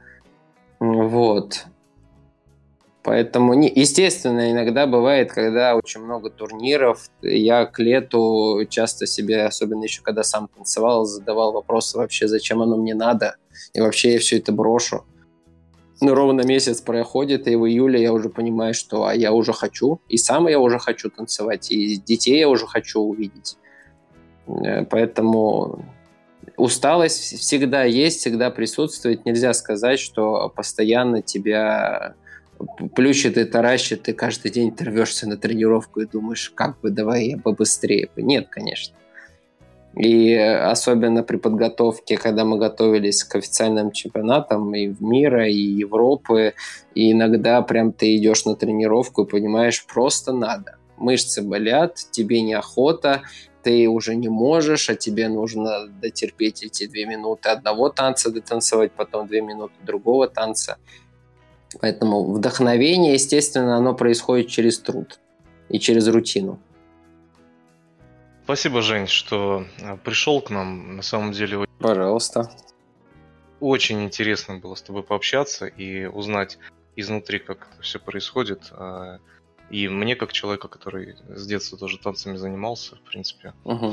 Вот. Поэтому, естественно, иногда бывает, когда очень много турниров, я к лету часто себе, особенно еще когда сам танцевал, задавал вопросы вообще, зачем оно мне надо, и вообще я все это брошу. Ну, ровно месяц проходит, и в июле я уже понимаю, что я уже хочу, и сам я уже хочу танцевать, и детей я уже хочу увидеть. Поэтому усталость всегда есть, всегда присутствует. Нельзя сказать, что постоянно тебя плющит и таращит, и каждый день ты рвешься на тренировку и думаешь, как бы, давай я побыстрее. Нет, конечно. И особенно при подготовке, когда мы готовились к официальным чемпионатам и мира, и Европы, и иногда прям ты идешь на тренировку и понимаешь, просто надо. Мышцы болят, тебе неохота, ты уже не можешь, а тебе нужно дотерпеть эти 2 минуты одного танца, дотанцевать потом 2 минуты другого танца. Поэтому вдохновение, естественно, оно происходит через труд и через рутину. Спасибо, Жень, что пришел к нам. На самом деле Пожалуйста. очень интересно было с тобой пообщаться и узнать изнутри, как это все происходит. И мне, как человека, который с детства тоже танцами занимался, в принципе,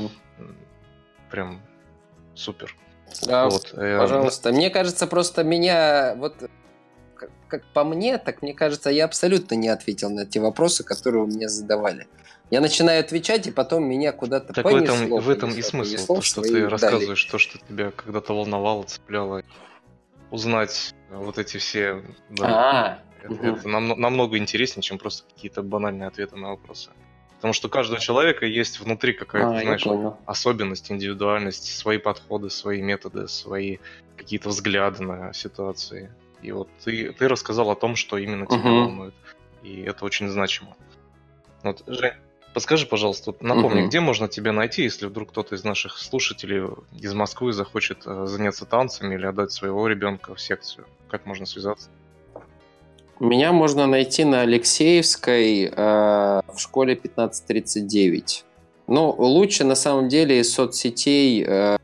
прям супер. Да, вот, пожалуйста. Мне кажется, просто меня, вот как по мне, так мне кажется, я абсолютно не ответил на те вопросы, которые вы мне задавали. Я начинаю отвечать, и потом меня куда-то так понесло. В этом и смысл, то, что ты рассказываешь, то, что тебя когда-то волновало, цепляло. Узнать вот эти все... Да, это намного интереснее, чем просто какие-то банальные ответы на вопросы. Потому что у каждого человека есть внутри какая-то, знаешь, особенность, индивидуальность, свои подходы, свои методы, свои какие-то взгляды на ситуации. И вот ты рассказал о том, что именно тебя волнует. И это очень значимо. Вот, Жень, подскажи, пожалуйста, напомни, где можно тебя найти, если вдруг кто-то из наших слушателей из Москвы захочет заняться танцами или отдать своего ребенка в секцию? Как можно связаться? Меня можно найти на Алексеевской в школе 1539. Ну, лучше на самом деле из соцсетей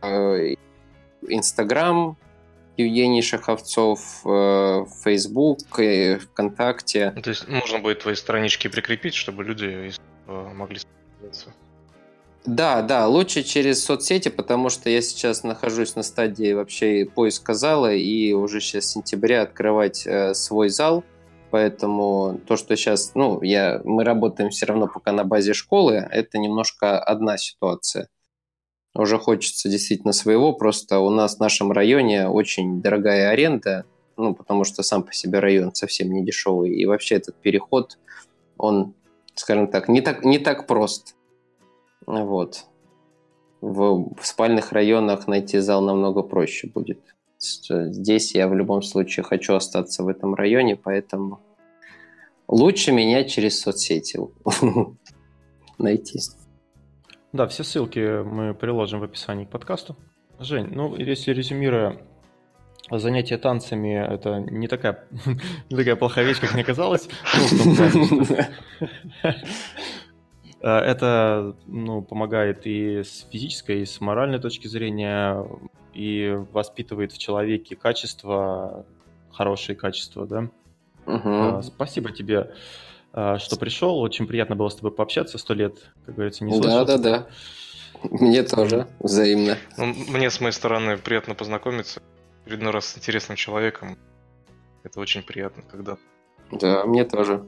Инстаграм, Евгений Шаховцов, Facebook, ВКонтакте. То есть можно будет твои странички прикрепить, чтобы люди могли связаться? Да, лучше через соцсети, потому что я сейчас нахожусь на стадии вообще поиска зала, и уже сейчас с сентября открывать свой зал. Поэтому то, что сейчас, мы работаем все равно пока на базе школы, это немножко одна ситуация. Уже хочется действительно своего, просто у нас в нашем районе очень дорогая аренда, потому что сам по себе район совсем не дешевый, и вообще этот переход, он, скажем так, не так прост. Вот. В спальных районах найти зал намного проще будет. Здесь я в любом случае хочу остаться в этом районе, поэтому лучше меня через соцсети найти. Да, все ссылки мы приложим в описании к подкасту. Жень, если резюмируя, занятие танцами – это не такая плохая вещь, как мне казалось. Это помогает и с физической, и с моральной точки зрения, и воспитывает в человеке качества, хорошие качества, да? Спасибо тебе, что пришел. Очень приятно было с тобой пообщаться. 100 лет, как говорится, не слышался. Да. Мне тоже взаимно. Мне с моей стороны приятно познакомиться. Очередной раз с интересным человеком. Это очень приятно, когда... Да, мне тоже.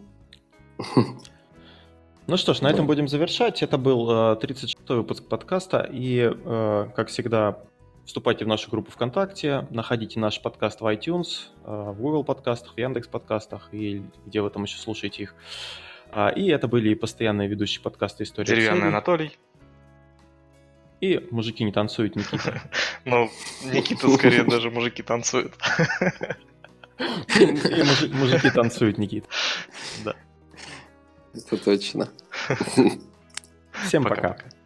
Ну что ж, на этом будем завершать. Это был 36-й выпуск подкаста. И, как всегда, вступайте в нашу группу ВКонтакте, находите наш подкаст в iTunes, в Google подкастах, в Яндекс подкастах и где вы там еще слушаете их. И это были постоянные ведущие подкаста «История». Деревянный Анатолий. И мужики не танцуют, Никита. Никита скорее даже мужики танцуют. И мужики танцуют, Никита. Да. Это точно. Всем пока.